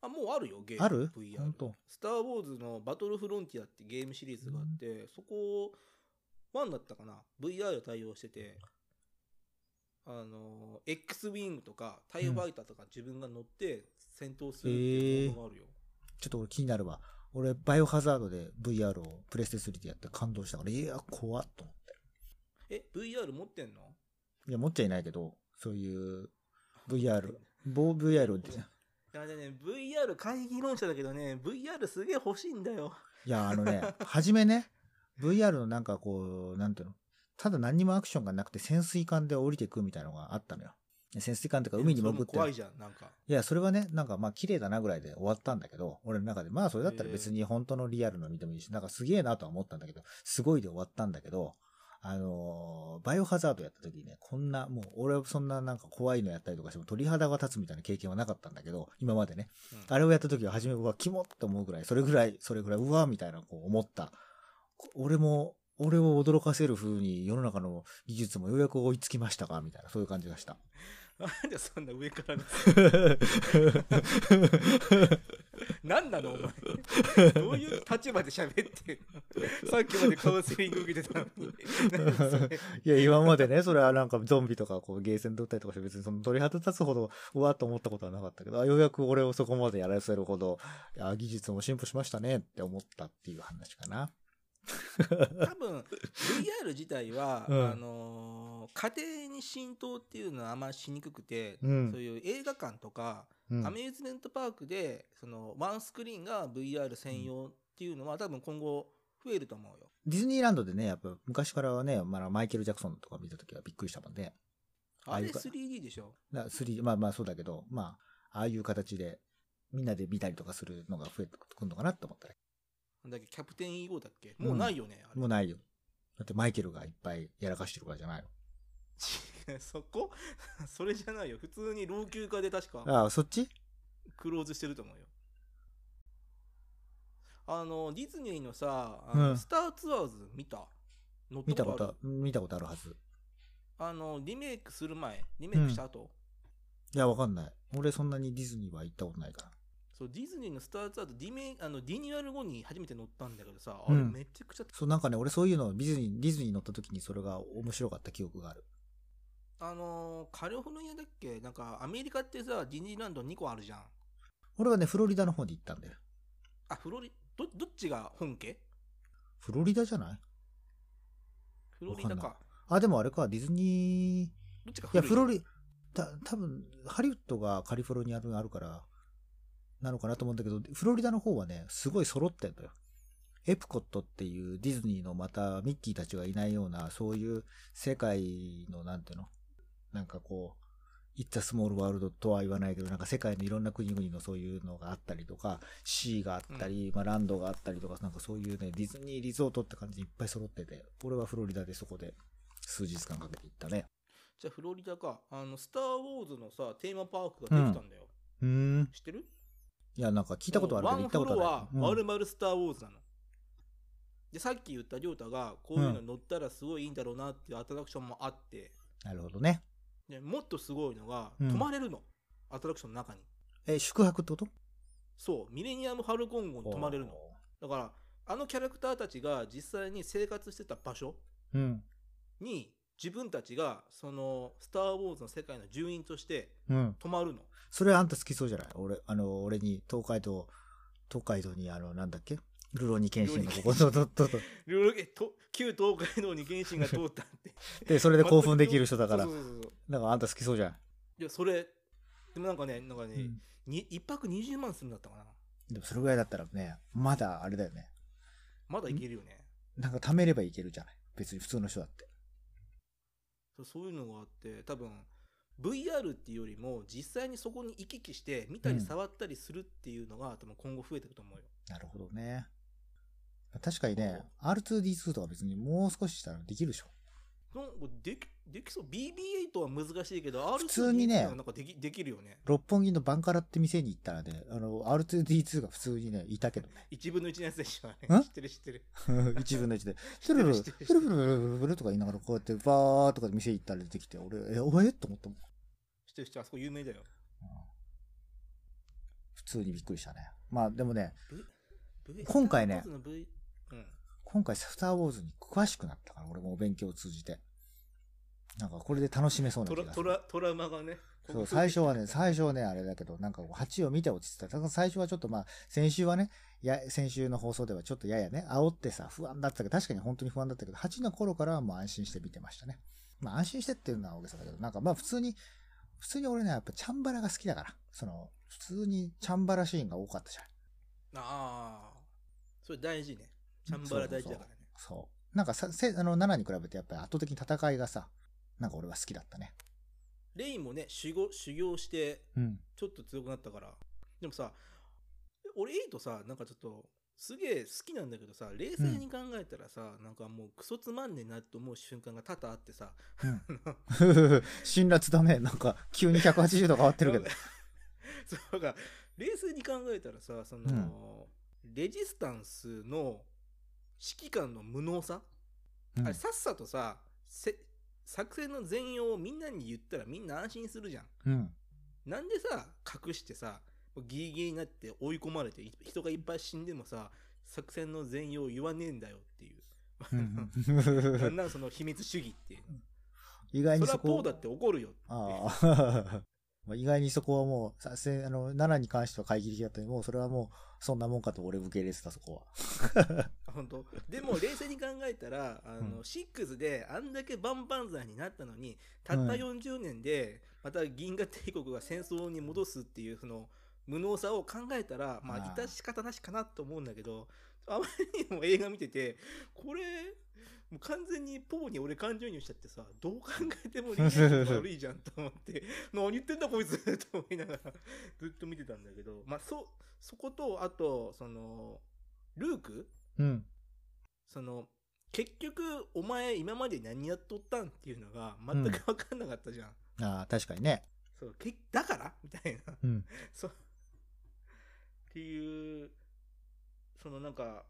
あ、もうあるよ、ゲーム。 あるブイアール。 本当。 スター・ウォーズのバトルフロンティアってゲームシリーズがあって、そこ、ワンだったかな ?ブイアール 対応してて、あの、X ウィングとか、タイファイターとか自分が乗って戦闘するっていうモードがあるよ。 えー、ちょっと俺気になるわ。俺、バイオハザードで ブイアール をプレステスリーでやって感動したから、いや、怖っと思って。 え、ブイアール 持ってんの？ いや、持っちゃいないけど、そういう ブイアール、某 ブイアール で。いやね、ブイアール 会議論者だけどね、ブイアール すげえ欲しいんだよ。 いや、あのね、はじめね、ブイアール のなんかこう、なんていうの、ただ何にもアクションがなくて潜水艦で降りていくみたいなのがあったのよ。潜水艦とか海に潜って。 怖いじゃん、なんか。 いや、それはね、なんかまあ綺麗だなぐらいで終わったんだけど、俺の中で、まあそれだったら別に本当のリアルの見てもいいし、なんかすげえなとは思ったんだけど、すごいで終わったんだけど、あのー、バイオハザードやった時にね、こんな、もう俺はそんななんか怖いのやったりとかしても鳥肌が立つみたいな経験はなかったんだけど、今までね。うん、あれをやった時は初め僕はキモって思うぐらい、それぐらい、それぐらい、うわーみたいなこう思った。俺も、俺を驚かせる風に世の中の技術もようやく追いつきましたかみたいな、そういう感じがした。 なんでそんな上から何なのお前。どういう立場で喋ってさっきまでカウンセリング受けてたのにいや今までね、それはなんかゾンビとかこうゲーセンで撃ったりとかして別にその鳥肌立つほどうわっと思ったことはなかったけど、ようやく俺をそこまでやらせるほど、いや技術も進歩しましたねって思ったっていう話かな。 多分 ブイアール 自体は、うん、あのー、家庭に浸透っていうのはあんましにくくて、うん、そういう映画館とか、うん、アミューズメントパークでそのワンスクリーンが ブイアール 専用っていうのは多分今後増えると思うよ。 ディズニーランドでね、やっぱ昔からはね、まあ、マイケル・ジャクソンとか見たときはびっくりしたもんね。 あれ スリーディー でしょ？ スリーディー、まあまあそうだけど、まあ、ああいう形でみんなで見たりとかするのが増えてくるのかなって思ったら。 なんだっけ、キャプテン イーオー だっけ？もうないよね、 うん、あれもうないよ。だってマイケルがいっぱいやらかしてるからじゃないの。そこそれじゃないよ。普通に老朽化で確か。 ああ、そっち？ クローズしてると思うよ。あの、ディズニーのさ、あの、うん、スターツアーズ見た？ 乗ったことある？見たことあるはず。 あの、リメイクする前？リメイクした後？うん、 いや、わかんない。俺そんなにディズニーは行ったことないから。 そうディズニーのスターツアーズディメあのディニューアル後に初めて乗ったんだけどさ、うん、あれめちゃくちゃそうなんかね、俺そういうのディズニーディズニー乗った時にそれが面白かった記憶がある。 あのー、カリフォルニアだっけ、なんかアメリカってさディズニーランドにこあるじゃん。 俺はねフロリダの方に行ったんだよ。 あ、フロリどどっちが本家？ フロリダじゃない？ フロリダか。 あ、でもあれかディズニーどっちかいやフロリた多分ハリウッドがカリフォルニアにあるからなのかなと思うんだけど、フロリダの方はね、すごい揃ってんだよ。エプコットっていうディズニーのまたミッキーたちがいないような、そういう世界のなんていうのなんかこう、It's a small world とは言わないけど、なんか世界のいろんな国々のそういうのがあったりとか、シーがあったり、うん、まあランドがあったりとか、なんかそういうね、ディズニーリゾートって感じでいっぱい揃ってて、俺はフロリダでそこで数日間かけて行ったね。 じゃあフロリダか。あの、スターウォーズのさ、テーマパークができたんだよ。 うん。うん、 知ってる？ いや、なんか聞いたことあるけど行ったことない。 ワンフロア、丸々スターウォーズなの。で、さっき言ったりょうたが、こういうの乗ったらすごいいいんだろうなっていうアトラクションもあって。 うん、なるほどね。 で、もっとすごいのが、泊まれるの。うん、アトラクションの中に。 え、宿泊ってこと？ そう、ミレニアム・ファルコン号に泊まれるの。だから、あのキャラクターたちが実際に生活してた場所に、うん自分たちがそのスター・ウォーズの世界の住人として泊まるの、うん、 それはあんた好きそうじゃない？俺あの俺に東海道東海道にあのなんだっけルローニケンシンがここぞととと旧東海道にケンシンが通ったってでそれで興奮できる人だからだからあんた好きそうじゃん。 いやそれでもなんかねなんかね、うん、にいっぱくにじゅうまんするんだったかな。 でもそれぐらいだったらねまだあれだよね。 まだいけるよね。 なんか貯めればいけるじゃない別に普通の人だって。 そういうのがあって多分 ブイアール っていうよりも実際にそこに行き来して見たり触ったりするっていうのが、うん、多分今後増えていくと思うよ。 なるほどね。確かにね アールツーディーツー とか別にもう少ししたらできるでしょ。 でき、できそう。ビービーエイト は難しいけど アールツーディーツー普通にねなんかでき、できるよね。 六本木のバンカラって店に行ったらねあの アールツーディーツー が普通にねいたけどね。 いちぶんのいちのやつでしょね。知ってる知ってるいちぶんのいちでフルルフルフルフルフルフルとか言いながらこうやってバーとかで店行ったら出てきて俺えおえと思ったもん。 知ってる知ってるあそこ有名だよ、 普通にびっくりしたね。まあでもね、 v v、 今回ね、 v うん、 今回スターウォーズに詳しくなったから、俺もお勉強を通じて。なんかこれで楽しめそうな気がする。 トラ、トラウマがね。 そう、最初はね、最初はね、あれだけど、なんかはちを見て落ちてた。だから最初はちょっとまあ、先週はね、や、先週の放送ではちょっとややね、煽ってさ、不安だったけど、確かに本当に不安だったけど、はちの頃からはもう安心して見てましたね。まあ安心してっていうのは大げさだけど、なんかまあ普通に、普通に俺ね、やっぱチャンバラが好きだから、その、普通にチャンバラシーンが多かったじゃん。 ああ、それ大事ね。チャンバラ大事だからね。 そうそう。そうなんかさ、せ、あの、ななに比べてやっぱり圧倒的に戦いがさ、なんか俺は好きだったね。 レイもね、修行、修行して、ちょっと強くなったから。うん、でもさ、俺エイトさ、なんかちょっと、すげえ好きなんだけどさ、冷静に考えたらさ、うん、なんかもうクソつまんねえなって思う瞬間が多々あってさ。 うん、辛辣だね。なんか、急にひゃくはちじゅうど変わってるけど。 そうか、冷静に考えたらさ、その、うん、レジスタンスの指揮官の無能さ、うん、あれさっさとさ、せ作戦の全容をみんなに言ったらみんな安心するじゃん。 うん、 なんでさ、隠してさ、ギリギリになって追い込まれて人がいっぱい死んでもさ、作戦の全容を言わねえんだよっていう。うん、なんなんその秘密主義っていう。 意外にそこ。 それはポーだって怒るよって。 ああ意外にそこはもう、させあの、ななに関しては懐疑的だったのに、もうそれはもう、そんなもんかと俺受け入れてた、そこは。 本当でも冷静に考えたら、あの、うん、ろくであんだけ万々歳になったのに、たったよんじゅうねんで、また銀河帝国が戦争に戻すっていう、その、無能さを考えたら、まあ、致し方なしかなと思うんだけど、あまりにも映画見てて、これ、もう完全にポーに俺感情移入しちゃってさ、どう考えてもリーダー悪いじゃんと思って、何言ってんだこいつと思いながらずっと見てたんだけど、まあ、そ、そこと、あと、その、ルーク、 うん、 その、結局、お前今まで何やっとったんっていうのが全く分かんなかったじゃん。 うん、ああ、確かにね。 そう、けだからみたいな。 うん。 そう。っていう、そのなんか、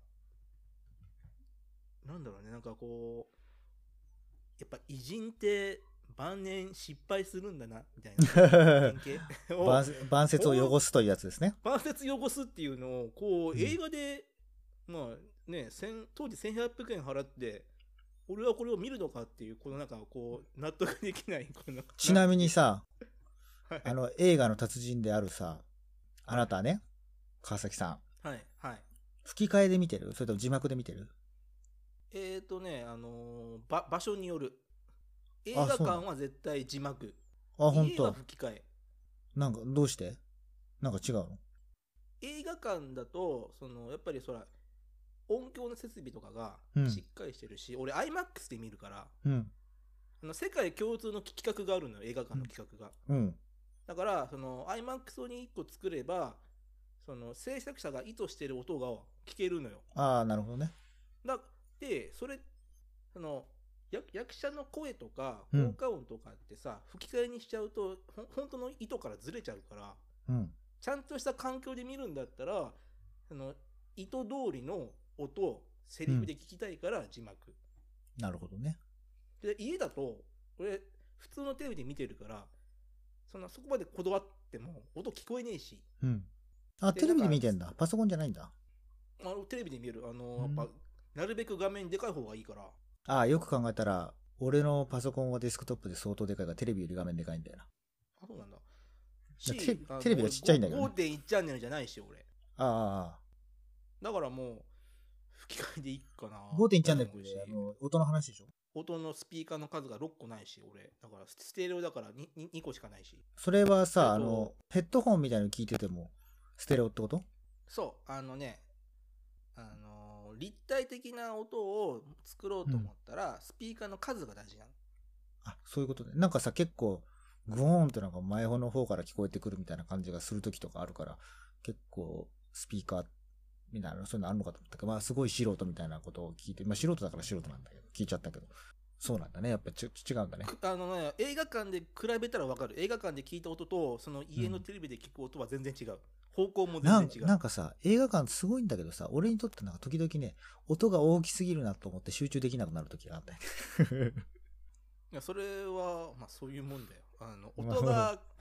なんだろうね、なんかこう、やっぱ偉人って晩年失敗するんだな、みたいな。 晩節を汚すというやつですね。 晩節汚すっていうのを、こう、映画で、うん、まあね、当時せんひゃくえん払って、俺はこれを見るのかっていう、このなんかこう、納得できない、この。 ちなみにさ、はい、あの、映画の達人であるさ、あなたね、はい、川崎さん。 はい、はい。 吹き替えで見てる？それとも字幕で見てる？ えーとね、あのー、ば、場所による。映画館は絶対字幕。 あ、本当。 家は吹き替え。 なんか、どうして？なんか違うの？ 映画館だと、その、やっぱりそら、音響の設備とかがしっかりしてるし、うん、俺 アイマックス で見るから、 うん、 あの世界共通の企画があるのよ、映画館の企画が。 うん、 だから、その アイマックス にいっこ作れば、その制作者が意図してる音が聞けるのよ。 ああ、なるほどね。 だで、それ、その、役者の声とか効果音とかってさ、うん、吹き替えにしちゃうとほ本当の意図からずれちゃうから、 うん、 ちゃんとした環境で見るんだったら、その意図通りの音をセリフで聞きたいから字幕、 うん、なるほどね。 で家だと俺普通のテレビで見てるから、そんなそこまでこだわっても音聞こえねえし、 うん、あテレビで見てんだ。パソコンじゃないんだ。 あのテレビで見る、あの、うん、やっぱなるべく画面でかい方がいいから。 ああ、よく考えたら、俺のパソコンはデスクトップで相当でかいから、テレビより画面でかいんだよな。 あ、そうなんだ。 テ, テレビがちっちゃいんだけど、ね。 ごてんいち チャンネルじゃないし、俺。 ああ。 だからもう、吹き替えでいいかな。 ごてんいち チャンネルってあの音の話でしょ？ 音のスピーカーの数がろっこないし、俺。だからステレオだから 2, にこしかないし。 それはさ、あの、ヘッドホンみたいなの聞いてても、ステレオってこと？ そう、あのね、あの、立体的な音を作ろうと思ったら、うん、スピーカーの数が大事なの。 あ、そういうことね。なんかさ、結構、グーンってなんか前の方から聞こえてくるみたいな感じがするときとかあるから、結構、スピーカーみたいな、そういうのあるのかと思ったけど、まあすごい素人みたいなことを聞いて、まあ素人だから素人なんだけど、聞いちゃったけど。そうなんだね。やっぱち違うんだね。 あのね、映画館で比べたら分かる。映画館で聞いた音と、その家のテレビで聞く音は全然違う。うん、方向も全然違う。 な, なんかさ、映画館すごいんだけどさ、俺にとってなんか時々ね、音が大きすぎるなと思って集中できなくなる時があったよ。 いや、それは、まあそういうもんだよ。あの、音が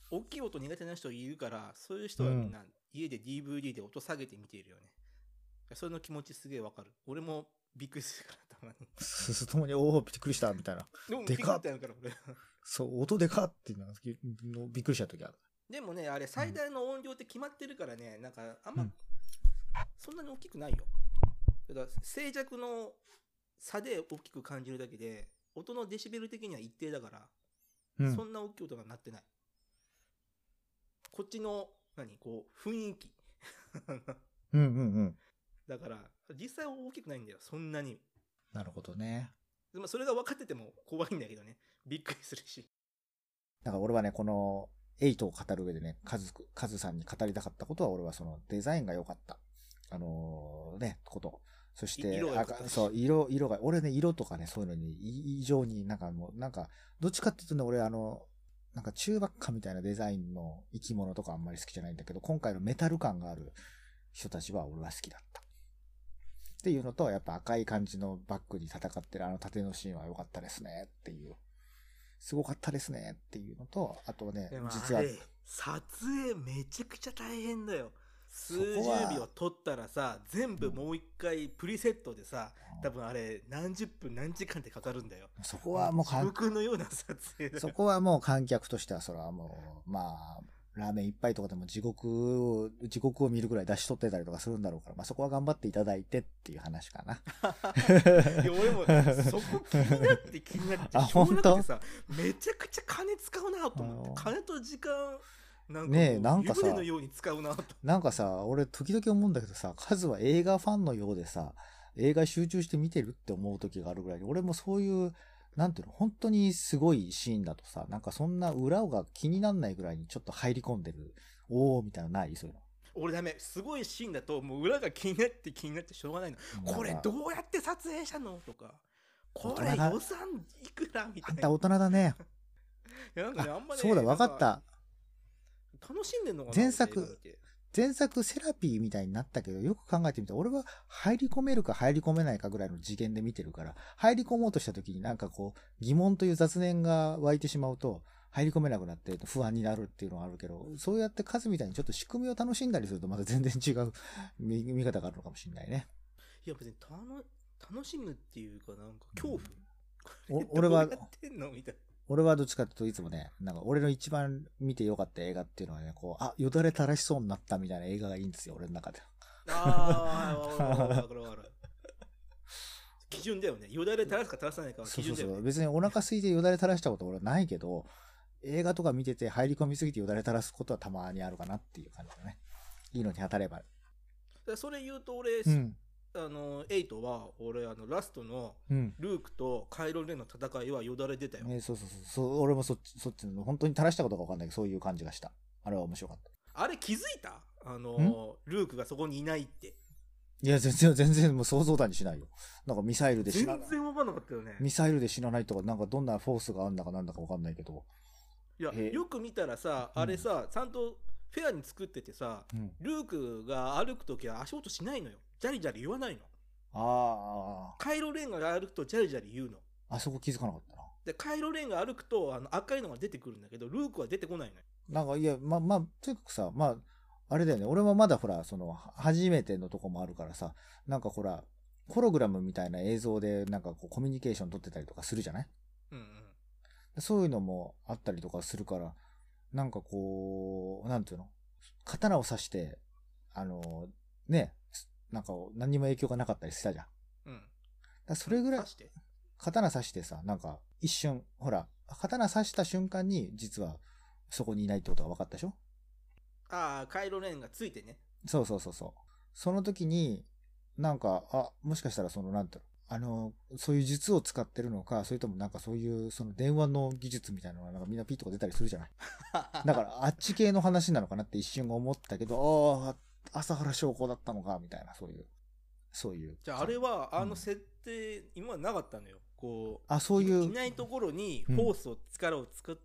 大きい音苦手な人いるから、そういう人はみんな家で ディーブイディー で音下げて見ているよね。それの気持ちすげえわかる。俺もびっくりするからたまに。 すすともに、おお、びっくりしたみたいな。 でもでかっびっくりしたから俺。 そう、音でかっっていうのがびっくりした時ある。 でもね、あれ最大の音量って決まってるからね、なんかあんま、 うんそんなに大きくないよ。だから静寂の差で大きく感じるだけで、音のデシベル的には一定だから、 うん、 そんな大きい音が鳴ってない。こっちの、何、こう、雰囲気。 うんうんうん。 だから、実際は大きくないんだよ、そんなに。 なるほどね。 でもそれが分かってても怖いんだけどね。びっくりするし。 だから俺はね、このエイトを語る上でね、カズ、カズさんに語りたかったことは、俺はそのデザインが良かった。あのー、ね、こと。そして、 色が良かったしそう、色、色が、俺ね、色とかね、そういうのに異常になんかもう、なんか、どっちかっていうとね、俺あの、なんか中ばっかみたいなデザインの生き物とかあんまり好きじゃないんだけど、今回のメタル感がある人たちは俺は好きだった。っていうのと、やっぱ赤い感じのバックに戦ってるあの縦のシーンは良かったですねっていう。すごかったですねっていうのと、あとね、実は。 撮影めちゃくちゃ大変だよ。数十秒撮ったらさ、全部もう一回プリセットでさ、うん、多分あれ何十分何時間ってかかるんだよ。 そこはもう地獄のような撮影だよ。 そこはもう観客としてはそれはもう、まあ、ラーメン一杯とかでも地獄を、地獄を見るぐらい出し取ってたりとかするんだろうから、まあそこは頑張っていただいてっていう話かな。 いや俺もそこ気になって気になって、 あ、本当？ めちゃくちゃ金使うなと思って、金と時間、なんかねえ、なんかさ、 のように使うなと。 なんかさ、俺時々思うんだけどさ、カズは映画ファンのようでさ、映画集中して見てるって思う時があるぐらいに、俺もそういう、なんていうの、本当にすごいシーンだとさ、なんかそんな裏が気になんないぐらいにちょっと入り込んでる、おーみたいなのない？そういうの。 俺ダメ。すごいシーンだと、もう裏が気になって気になってしょうがないの。これどうやって撮影したのとか、これ予算いくらみたいな。 あんた大人だね。 いやなんかね、あんまね、 そうだ、わかった。 楽しんでんのかな。 前作、前作セラピーみたいになったけど、よく考えてみたら、俺は入り込めるか入り込めないかぐらいの次元で見てるから、入り込もうとした時になんかこう、疑問という雑念が湧いてしまうと、入り込めなくなって不安になるっていうのがあるけど、そうやって数みたいにちょっと仕組みを楽しんだりするとまた全然違う見, 見方があるのかもしれないね。 いや別にたの楽しむっていうかなんか恐怖。お俺は、 どうやってんのみたいな。 俺はどっちかっていうといつもね、なんか俺の一番見てよかった映画っていうのはね、こう、あ、よだれ垂らしそうになったみたいな映画がいいんですよ、俺の中で。 ああ、わかるわかるわかる。基準だよね。よだれ垂らすか垂らさないかは基準だよね。 そうそうそう。別にお腹空いてよだれ垂らしたこと俺はないけど、映画とか見てて入り込みすぎてよだれ垂らすことはたまにあるかなっていう感じだね。いいのに当たれば。 それ言うと俺、 うん、 あのエイトは俺あのラストのルークとカイロレンの戦いはよだれ出たよ、 うんね、そうそうそうそう。俺もそっちそっちの本当に垂らしたことか分かんないけどそういう感じがした。あれは面白かった。 あれ気づいた？あのルークがそこにいないって。 いや全然全然もう想像だにしないよ。なんかミサイルで死なない。 全然分かんなかったよね。 ミサイルで死なないとかなんかどんなフォースがあるんだかなんだか分かんないけど。 いやよく見たらさ、あれさ、うん、ちゃんとフェアに作っててさ、うん、ルークが歩くときは足音しないのよ。ジャリジャリ言わないの。 ああ。 カイロレンが歩くとジャリジャリ言うの。 あそこ気づかなかったな。 でカイロレンが歩くとあの赤いのが出てくるんだけど、ルークは出てこないのよ。 なんかいやままあとにかくさ、まああれだよね。俺もまだほらその初めてのとこもあるからさ、なんかほらホログラムみたいな映像でなんかこうコミュニケーション取ってたりとかするじゃない？うんうん。そういうのもあったりとかするから、なんかこうなんていうの、刀を刺してあのね。なんか何にも影響がなかったりしたじゃん。うん。だそれぐらい、刀刺してさ、なんか一瞬、ほら、刀刺した瞬間に実はそこにいないってことが分かったでしょ？ ああ、カイロレンがついてね。 そうそうそうそう。その時に、なんか、あ、もしかしたらその、なんていうの、あの、そういう術を使ってるのか、それともなんかそういうその電話の技術みたいなのがなんかみんなピッとか出たりするじゃない。だからあっち系の話なのかなって一瞬思ったけど、ああ、朝原将校だったのかみたいな、そういうそういうじゃああれはあの設定、うん、今までなかったのよ。こうあそういういないところにフォースを力を作って、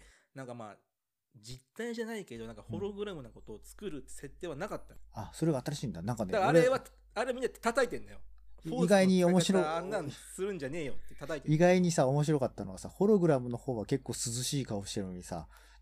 うん、なんかまあ実体じゃないけどなんかホログラムなことを作る設定はなかったの。 あそれが新しいんだ。なんかねだからあれはあれみんな叩いてんだよ。 意外に面白いあんなんするんじゃねえよって叩いてる。 意外にさ面白かったのはさ、ホログラムの方は結構涼しい顔してるのにさ、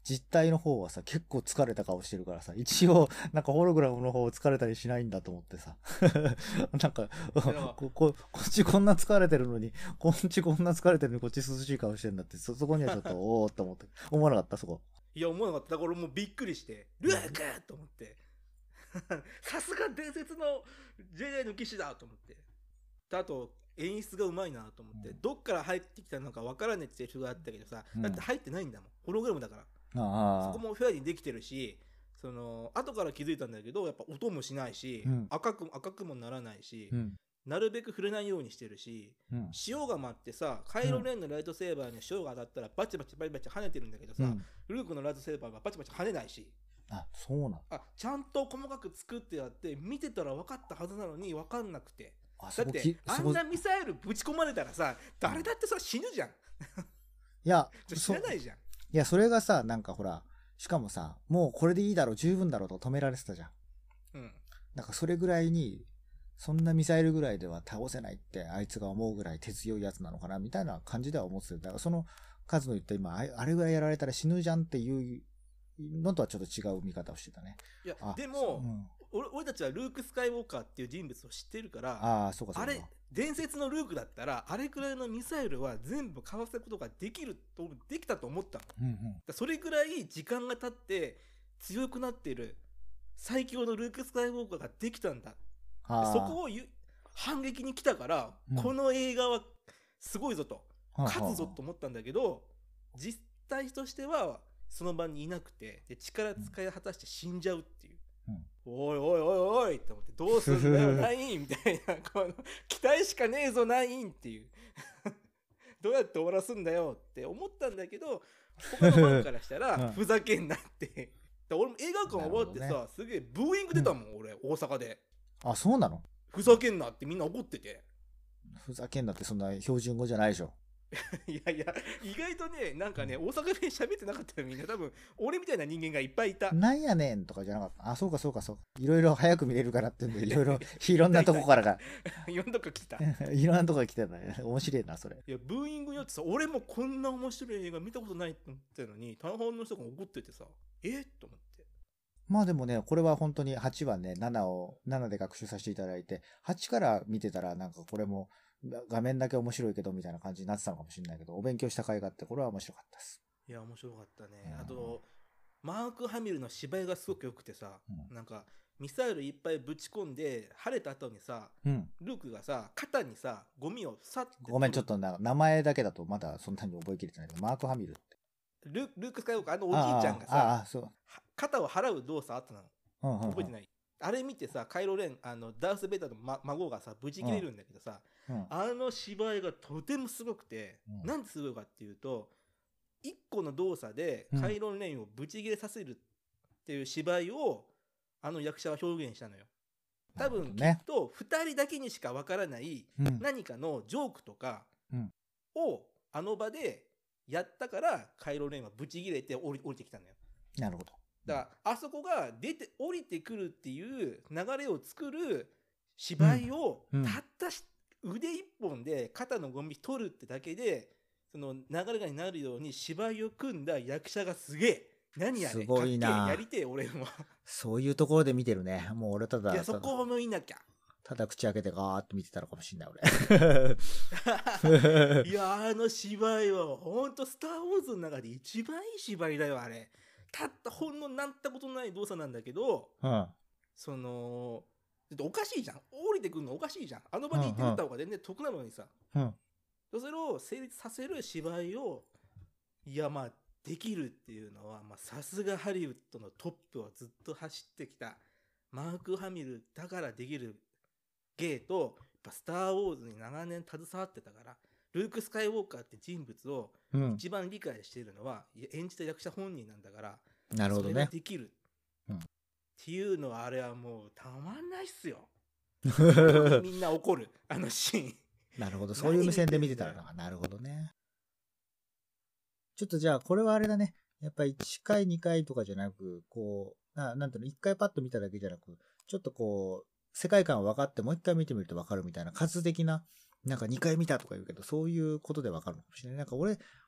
実体の方はさ、結構疲れた顔してるからさ、一応、なんかホログラムの方疲れたりしないんだと思ってさ。なんか、こ、こ、こっちこんな疲れてるのに、こっちこんな疲れてるのにこっち涼しい顔してるんだって、そ、そこにはちょっと、おーって思って。思わなかった、そこ。 いや、思わなかった。だから俺もうびっくりして、ルークと思って。さすが伝説の ジェダイ の騎士だと思って。あと、演出がうまいなと思って、うん、どっから入ってきたのか分からねえってセリフがあったけどさ、うん、だって入ってないんだもん。ホログラムだから。あそこもフェアにできてるし、その、後から気づいたんだけど、やっぱ音もしないし、うん、赤く、赤くもならないし、うん、なるべく触れないようにしてるし、うん、塩が舞ってさ、カイロレンのライトセーバーに塩が当たったらバチバチバチバチ跳ねてるんだけどさ、うん、ルークのライトセーバーがバチバチ跳ねないし、 あ、そうなの？ あ、ちゃんと細かく作ってあって、見てたら分かったはずなのに分かんなくて。あ、だってあんなミサイルぶち込まれたらさ、誰だってさ死ぬじゃん。いや、 知らないじゃん。いや、それがさ、なんかほら、しかもさ、もうこれでいいだろう、十分だろうと止められてたじゃん。うん。なんかそれぐらいに、そんなミサイルぐらいでは倒せないってあいつが思うぐらい手強いやつなのかなみたいな感じでは思ってた。だからその数の言った今、あれぐらいやられたら死ぬじゃんっていうのとはちょっと違う見方をしてたね。 いや、でも、うん、俺, 俺たちはルーク・スカイウォーカーっていう人物を知ってるから、 ああ、そうかそうか。 あれ、伝説のルークだったら、あれくらいのミサイルは全部かわせることができると、できたと思ったの。うんうん、だそれぐらい時間が経って強くなっている最強のルーク・スカイウォーカーができたんだ。そこを反撃に来たから、うん、この映画はすごいぞと、勝つぞと思ったんだけど、実態としてはその場にいなくて、で力使い果たして死んじゃうっていう。うん、おいおいおいおいって思って、どうすんだよナインみたいな、この期待しかねえぞナインっていうどうやって終わらすんだよって思ったんだけど、他のファンからしたらふざけんなって俺も映画館終わってさ、ね、すげえブーイング出たもん、うん、俺大阪で。 あ、そうなの？ ふざけんなってみんな怒ってて。 ふざけんなってそんな標準語じゃないでしょ。 いやいや、意外とね、なんかね、大阪弁喋ってなかったよみんな。多分俺みたいな人間がいっぱいいた。 なんやねんとかじゃなかった。あ、そうかそうかそう。いろいろ早く見れるからってんで、いろいろいろんなとこからがいろんなとこ来た。 いろんなとこが来てたね。面白いなそれ。 いや、ブーイングによってさ、俺もこんな面白い映画見たことないって思ってたのに、大半の人が怒っててさ、えと思って。 まあでもね、これは本当にはちはね、ななをななで学習させていただいて、はちから見てたらなんかこれも画面だけ面白いけどみたいな感じになってたのかもしれないけど、お勉強した甲斐があってこれは面白かったです。 いや面白かったね。うん、あとマーク・ハミルの芝居がすごく良くてさ、うん、なんかミサイルいっぱいぶち込んで晴れた後にさ、うん、ルークがさ肩にさゴミをさって、 ごめんちょっとな名前だけだとまだそんなに覚えきれてないけど、マーク・ハミルってルルーク・スカイウォーカー、あのおじいちゃんがさ、あそう肩を払う動作あったの、うんうんうん、覚えてない？あれ見てさ、カイロレン、あのダース・ベイダーの、ま、孫がさブチ切れるんだけどさ、うん、あの芝居がとてもすごくて、うん、なんですごいかっていうと、いっこの動作でカイロレンをブチ切れさせるっていう芝居をあの役者は表現したのよ。多分きっとふたりだけにしかわからない何かのジョークとかをあの場でやったからカイロレンはブチ切れて降り、降りてきたのよ。 なるほど。 だからあそこが出て降りてくるっていう流れを作る芝居をたった腕一本で肩のゴミ取るってだけでその流れがになるように芝居を組んだ役者がすげえ。何やねん、すごいな。やりてえ俺も。 そういうところで見てるね。もう俺ただいやそこを見なきゃ。 ただ口開けてガーッと見てたのかもしんない俺。いやあの芝居はほんとスター・ウォーズの中で一番いい芝居だよあれ。たったほんのなんたことない動作なんだけど、うん、そのおかしいじゃん、降りてくるのおかしいじゃん、あの場に行ってみた方が全然得なのにさ、うん、それを成立させる芝居をいやまあできるっていうのはさすがハリウッドのトップをずっと走ってきたマーク・ハミルだからできる芸と、やっぱスター・ウォーズに長年携わってたからルーク・スカイウォーカーって人物を一番理解しているのは、うん、演じた役者本人なんだから、 なるほどね、それができる、うん、っていうのはあれはもうたまんないっすよ。みんな怒るあのシーン。 なるほど、そういう目線で見てたらなるほどね。ちょっとじゃあこれはあれだね、やっぱりいっかいにかいとかじゃなく、こうななんていうの、いっかいパッと見ただけじゃなく、ちょっとこう世界観分かってもういっかい見てみると分かるみたいな数的な、なんかにかい見たとか言うけどそういうことで分かるのかもしれない。なんか俺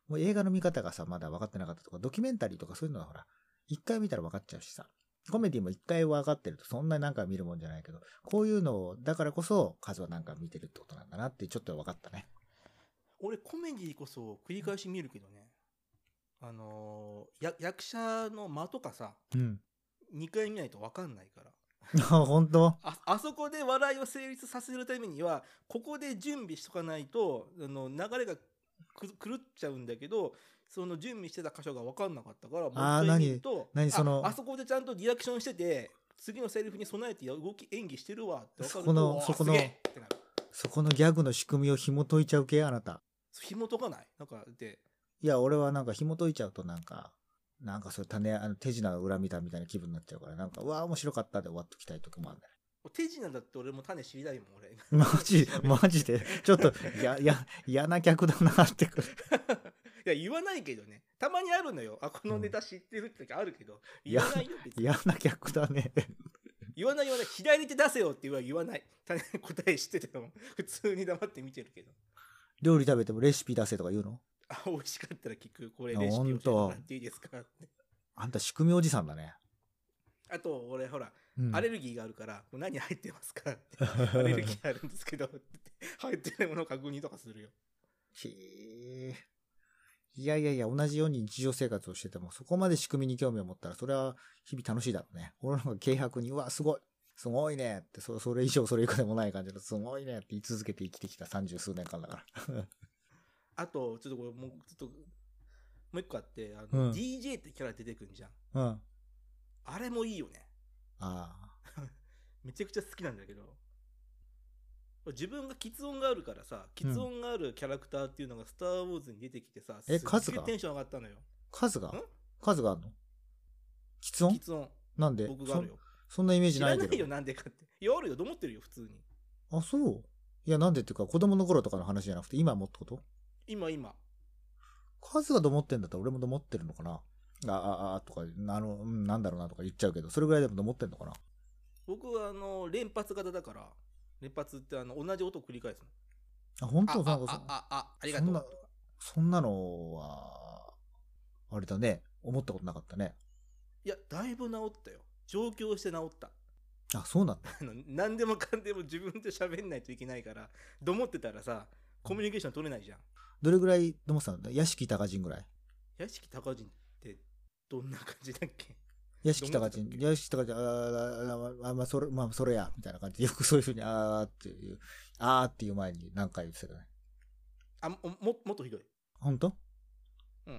もう映画の見方がさ、まだ分かってなかったとか、ドキュメンタリーとかそういうのはほら、一回見たら分かっちゃうしさ。コメディも一回分かってるとそんなに何回見るもんじゃないけど、こういうのを、だからこそ、数は何回見てるってことなんだなってちょっと分かったね。 俺コメディこそ繰り返し見るけどね。あのー、や役者の間とかさ、うん、にかい見ないと分かんないから。 本当あ, あそこで笑いを成立させるためにはここで準備しとかないとあの流れが狂っちゃうんだけど、その準備してた箇所が分かんなかったから、もう一回見るとあ, そのあ, あそこでちゃんとリアクションしてて次のセリフに備えて動き演技してるわって分かると、 そこのそこのそこのギャグの仕組みを紐解いちゃう系、あなた。 紐解かないなんかで、 いや俺はなんか紐解いちゃうとなんかなんかそれ種あの手品の裏見たみたいな気分になっちゃうから、なんかうわー面白かったで終わっときたい時もあるんだよ。 手品だって俺も種知りたいもん俺。 マジマジでちょっとやや嫌な客だなってくる。 いや言わないけどね、たまにあるのよ。あこのネタ知ってるって時あるけど、うん、言わないよ別に。 嫌な客だね。 言わない言わない、左手出せよって言わ言わない。答え知ってても普通に黙って見てるけど。 料理食べてもレシピ出せとか言うの？ あ美味しかったら聞く、これレシピ教えてもらっていいですかって。 あんた仕組みおじさんだね。 あと俺ほら、うん、アレルギーがあるから何入ってますかってアレルギーあるんですけどって入ってないものを確認とかするよ。 へえ。いやいやいや、同じように日常生活をしててもそこまで仕組みに興味を持ったらそれは日々楽しいだろうね。俺の方が軽薄にうわすごいすごいねって、 そ, それ以上それ以下でもない感じのすごいねって言い続けて生きてきた三十数年間だからあとちょっとこれもうちょっともう一個あって、あの、うん、ディージェー ってキャラ出てくんじゃん、うん、あれもいいよね。ああめちゃくちゃ好きなんだけど、自分が喫音があるからさ、喫音があるキャラクターっていうのがスター・ウォーズに出てきてさ、 うん、え数がテンション上がったのよ。 数が数があるの？喫音？ 喫音なんで？ 僕があるよ。 そ, そんなイメージないけど。 知らないよなんでかって。いやあるよと思ってるよ普通に。 あそう。いやなんでっていうか子供の頃とかの話じゃなくて今もってこと？ 今今数がどもってんだったら俺もどもってるのかな。あああとかあの、うん、なんだろうなとか言っちゃうけど、それぐらいでもどもってんのかな。 僕はあの連発型だから、連発ってあの同じ音を繰り返すの。あ本当？なんかああああありがとう。 そんなそんなのはあれだね、思ったことなかったね。 いやだいぶ治ったよ。上京して治った。 あそうなんだ。 何でもかんでも自分で喋んないといけないからどもってたらさコミュニケーション取れないじゃん。 どれぐらいどもってたんだ？屋敷高人ぐらい？ 屋敷高人ってどんな感じだっけ？ 屋敷高人、屋敷高人、ああ、まあ、それ、まあ、それや、みたいな感じで、よくそういうふうに、あーっていう、あーっていう前に何回言ってたね。 あ、も、も、もっとひどい。 ほんと？ うん。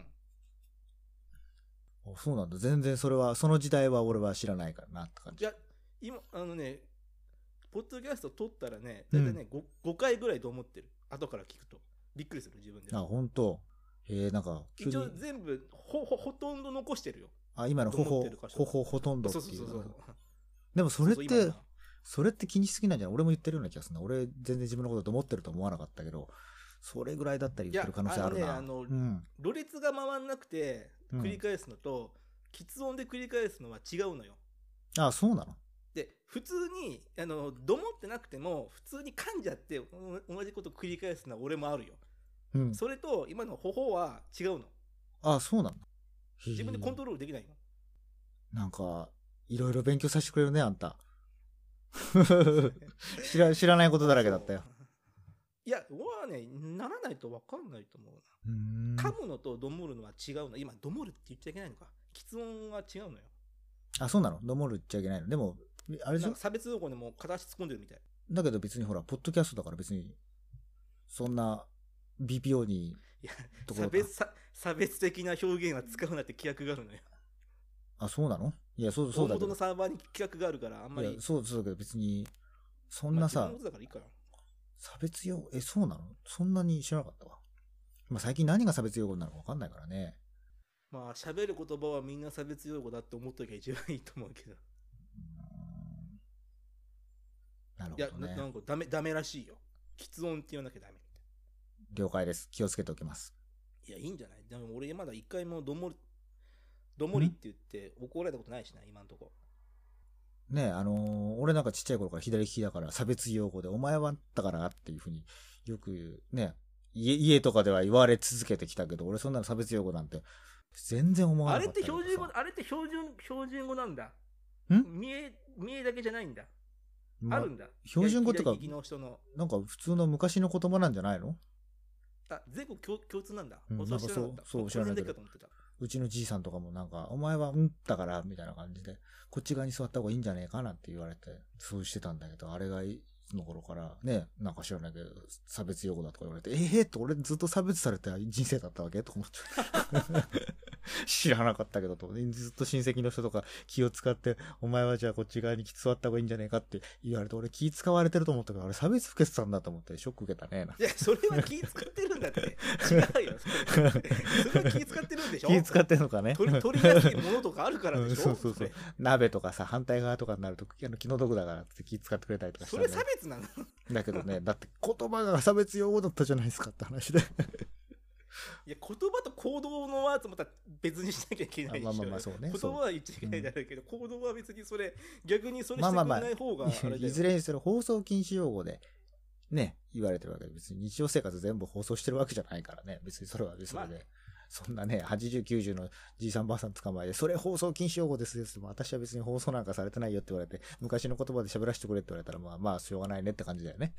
そうなんだ。全然それは、その時代は俺は知らないからなって感じ。 いや、今、あのね、ポッドキャスト撮ったらね、だいたいね、うん、ご, ごかいぐらいと思ってる。後から聞くと。びっくりする、自分で。 あ、ほんと。へえ、なんか。 一応全部、ほ、ほ、ほとんど残してるよ。 あ、今のほほ、ほほ、ほとんどっていう。そうそうそうそう。でもそれって、そうそうそれって気にしすぎなんじゃない？俺も言ってるような気がするな。俺全然自分のことと思ってると思わなかったけど、それぐらいだったり言ってる可能性あるな。いや、あのね、あの、うん、 ろれつが回んなくて繰り返すのと、うん、喫音で繰り返すのは違うのよ。 ああ、そうなの？ で、普通に、あの、どもってなくても、普通に噛んじゃって、同じこと繰り返すのは俺もあるよ。うん。それと、今のほほは違うの。 ああ、そうなんだ。 自分でコントロールできないの。 なんか、いろいろ勉強させてくれるね、あんた。知ら、知らないことだらけだったよ。 いや、俺はね、ならないと分かんないと思うな。噛むのとどもるのは違うの。今、どもるって言っちゃいけないのか。喫音は違うのよ。 あ、そうなの？どもるっちゃいけないの？でも、あれじゃん。 差別用語でも片足突っ込んでるみたい。 だけど別にほら、ポッドキャストだから別に、そんな ビーピーオー に。 いや、差別、差別的な表現は使うなって規約があるのよ。 あ、そうなの？いや、そう、そうだけど。 大元のサーバーに規約があるから、あんまり。 いや、そう、そうだけど別に、そんなさ、 まあ、だからいいかな。 差別用語、え、そうなの？そんなに知らなかったわ。まあ最近何が差別用語なのか分かんないからね。 まあ喋る言葉はみんな差別用語だって思っときゃ一番いいと思うけど。 なるほどね。 いや、なんかダメ、ダメらしいよ。喫音って言わなきゃダメみたいな。了解です。気をつけておきます。 いや、いいんじゃない？でも俺まだ一回もどもり、どもりって言って怒られたことないしな、今んとこ。 ねえ、あのー、俺なんかちっちゃい頃から左利きだから差別用語で、お前はだからっていうふうによくね、 家家とかでは言われ続けてきたけど、俺そんなの差別用語なんて全然思わなかった。 あれって標準語、あれって標準標準語なんだ。 ん？ 見え見えだけじゃないんだ。 ま、 あるんだ。 標準語ってか、 のなんか普通の昔の言葉なんじゃないの？ あ、全国共共通なんだ。 うん、なんかそう、そう知らないけど。うちのじいさんとかもなんか、お前はうんだからみたいな感じで、こっち側に座った方がいいんじゃねえかなって言われて、そうしてたんだけど、あれがいつの頃からね、なんか知らないけど、差別用語だとか言われて、ええー、って俺ずっと差別された人生だったわけと思っちゃう。知らなかったけどと、ずっと親戚の人とか気を使って、お前はじゃあこっち側に座った方がいいんじゃねえかって言われて、俺気使われてると思ったけど、あれ差別受けてたんだと思ってショック受けたね。 いや、それは気使ってるんだって。違うよ。それ, それは気使ってるんでしょ。 気使ってるのかね。 取り、取りやすいものとかあるからでしょ。 そうそうそう。鍋とかさ、反対側とかになると、あの気の毒だからって気使ってくれたりとかした、 ね。それ差別なの？ だけどね、だって言葉が差別用語だったじゃないですかって話で。 いや、言葉と行動のワードまた別にしなきゃいけないでしょ。 まあまあまあそうね。 言葉は言っちゃいけないだろうけど、行動は別にそれ、逆にそれしてくれない方があれだよ。 まあまあまあ、いずれにせよ放送禁止用語で、ね、言われてるわけで、別に日常生活全部放送してるわけじゃないからね。別にそれは別にそれで。まあ、そんなね、はちじゅう、きゅうじゅうのじいさんばあさん捕まえて、それ放送禁止用語ですです。私は別に放送なんかされてないよって言われて、昔の言葉で喋らせてくれって言われたら、まあまあ、しょうがないねって感じだよね。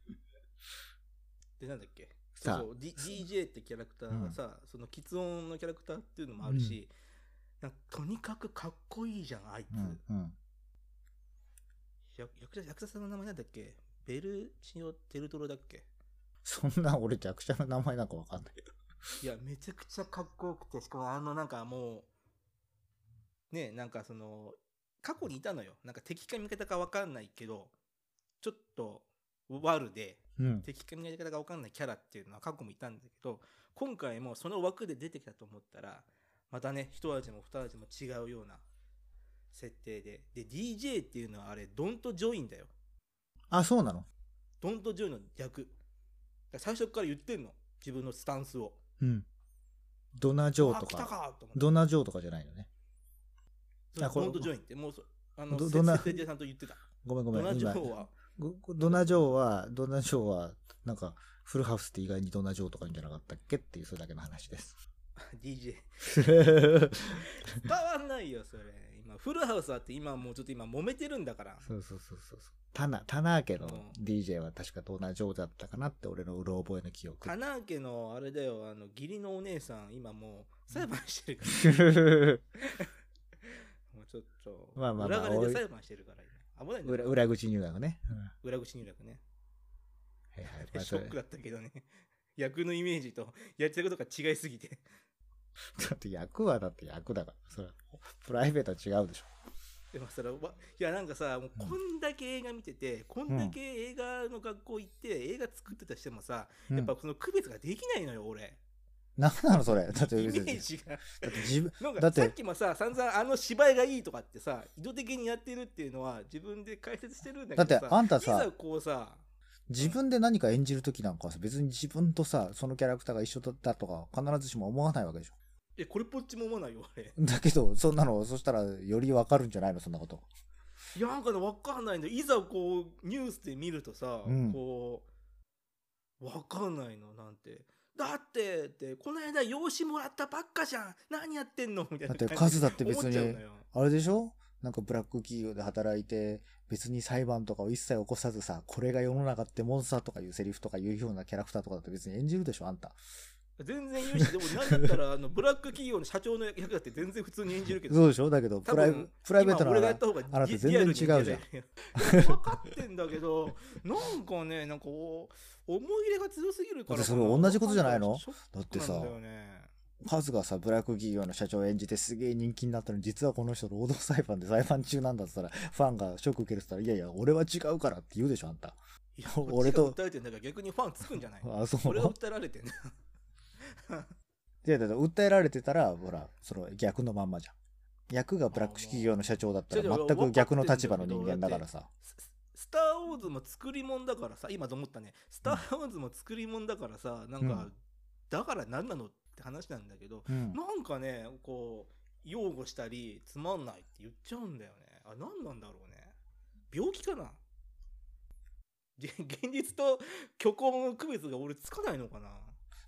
で、なんだっけそうそう、D、ディージェー ってキャラクターがさ、うん、その喫音のキャラクターっていうのもあるし、うん、なんかとにかくかっこいいじゃん、あいつ。うんうん、役者、役者さんの名前なんだっけ？ベルチオ・テルトロだっけ？ そんな俺役者の名前なんかわかんないけど。 いや、めちゃくちゃかっこよくて、しかもあのなんかもう、ね、なんかその、過去にいたのよ。なんか敵か味方かわかんないけど、ちょっと悪で、うん、敵か味方かわかんないキャラっていうのは過去もいたんだけど、今回もその枠で出てきたと思ったら、またね、一味も二味も違うような設定で。で、ディージェー っていうのはあれ、ドントジョインだよ。 あ、そうなの？ ドントジョインの逆。最初から言ってんの。自分のスタンスを。 うん。ドナジョーとか。 あ、来たかと思って。 ドナジョーとかじゃないのね。 ドントジョインって、もうそ、あの、 ドナ、 設定でちゃんと言ってた。 ごめんごめん。 ドナジョーは。 ドナジョーは、ドナジョーは、なんか、フルハウスって意外にドナジョーとかいいんじゃなかったっけっていう、それだけの話です。 ディージェー 伝わんないよそれ。今フルハウスあって今もうちょっと今揉めてるんだから。 そうそうそうそう。タナタナー家の ディージェー は確かドナジョーだったかなって俺のうろ覚えの記憶。 タナー家のあれだよ、あの義理のお姉さん今もう裁判してるからもうちょっとまあまあまあ裏金で裁判してるから危ないんだよ。 裏, 裏口入学ね、 うん、裏口入学ね。 はいはい、 まあ、ショックだったけどね役のイメージとやってることが違いすぎてだって役はだって役だからそれプライベートは違うでしょ。 でもそれはいやなんかさもうこんだけ映画見てて、うん、こんだけ映画の学校行って映画作ってたしてもさ、うん、やっぱその区別ができないのよ俺。 なんなのそれ。だってイメージがだって自分なんかさっきもさ散々あの芝居がいいとかってさ意図的にやってるっていうのは自分で解説してるんだけどさ、 だってあんたさいざこうさ自分で何か演じるときなんかは別に自分とさそのキャラクターが一緒だったとか必ずしも思わないわけでしょ。 えこれっぽっちも思わないよあれ。 だけどそんなのそしたらよりわかるんじゃないのそんなこと。 いやなんかねわかんないんだよ。いざこうニュースで見るとさ、うん、こうわかんないのなんて。だってってこの間養子もらったばっかじゃん何やってんのみたいな。 だって数だって別にあれでしょ。なんかブラック企業で働いて別に裁判とかを一切起こさずさこれが世の中ってモンスターとかいうセリフとかいうようなキャラクターとかだって別に演じるでしょあんた。 全然言うしでもなんだったらあのブラック企業の社長の役だって全然普通に演じるけどそうでしょ。だけどプライプライベートな俺がやった方があなた全然違うじゃん。 分かってんだけどなんかねなんか思い入れが強すぎるから。 だってそれ同じことじゃないの。だってさカズがさブラック企業の社長を演じてすげえ人気になったのに実はこの人労働裁判で裁判中なんだって言ったらファンがショック受けるって言ったらいやいや俺は違うからって言うでしょあんた。 いや俺と訴えてんだから逆にファンつくんじゃない。 あそう俺は訴えられてんだいやだから訴えられてたらほらその逆のまんまじゃん。役がブラック企業の社長だったら全く逆の立場の人間だからさ。 スターウォーズも作り物だからさ今と思ったね。スターウォーズも作り物だからさなんか、うん、だから何なのって話なんだけど、うん、なんかねこう擁護したりつまんないって言っちゃうんだよね。あ何なんだろうね。病気かな。現実と虚構の区別が俺つかないのかな。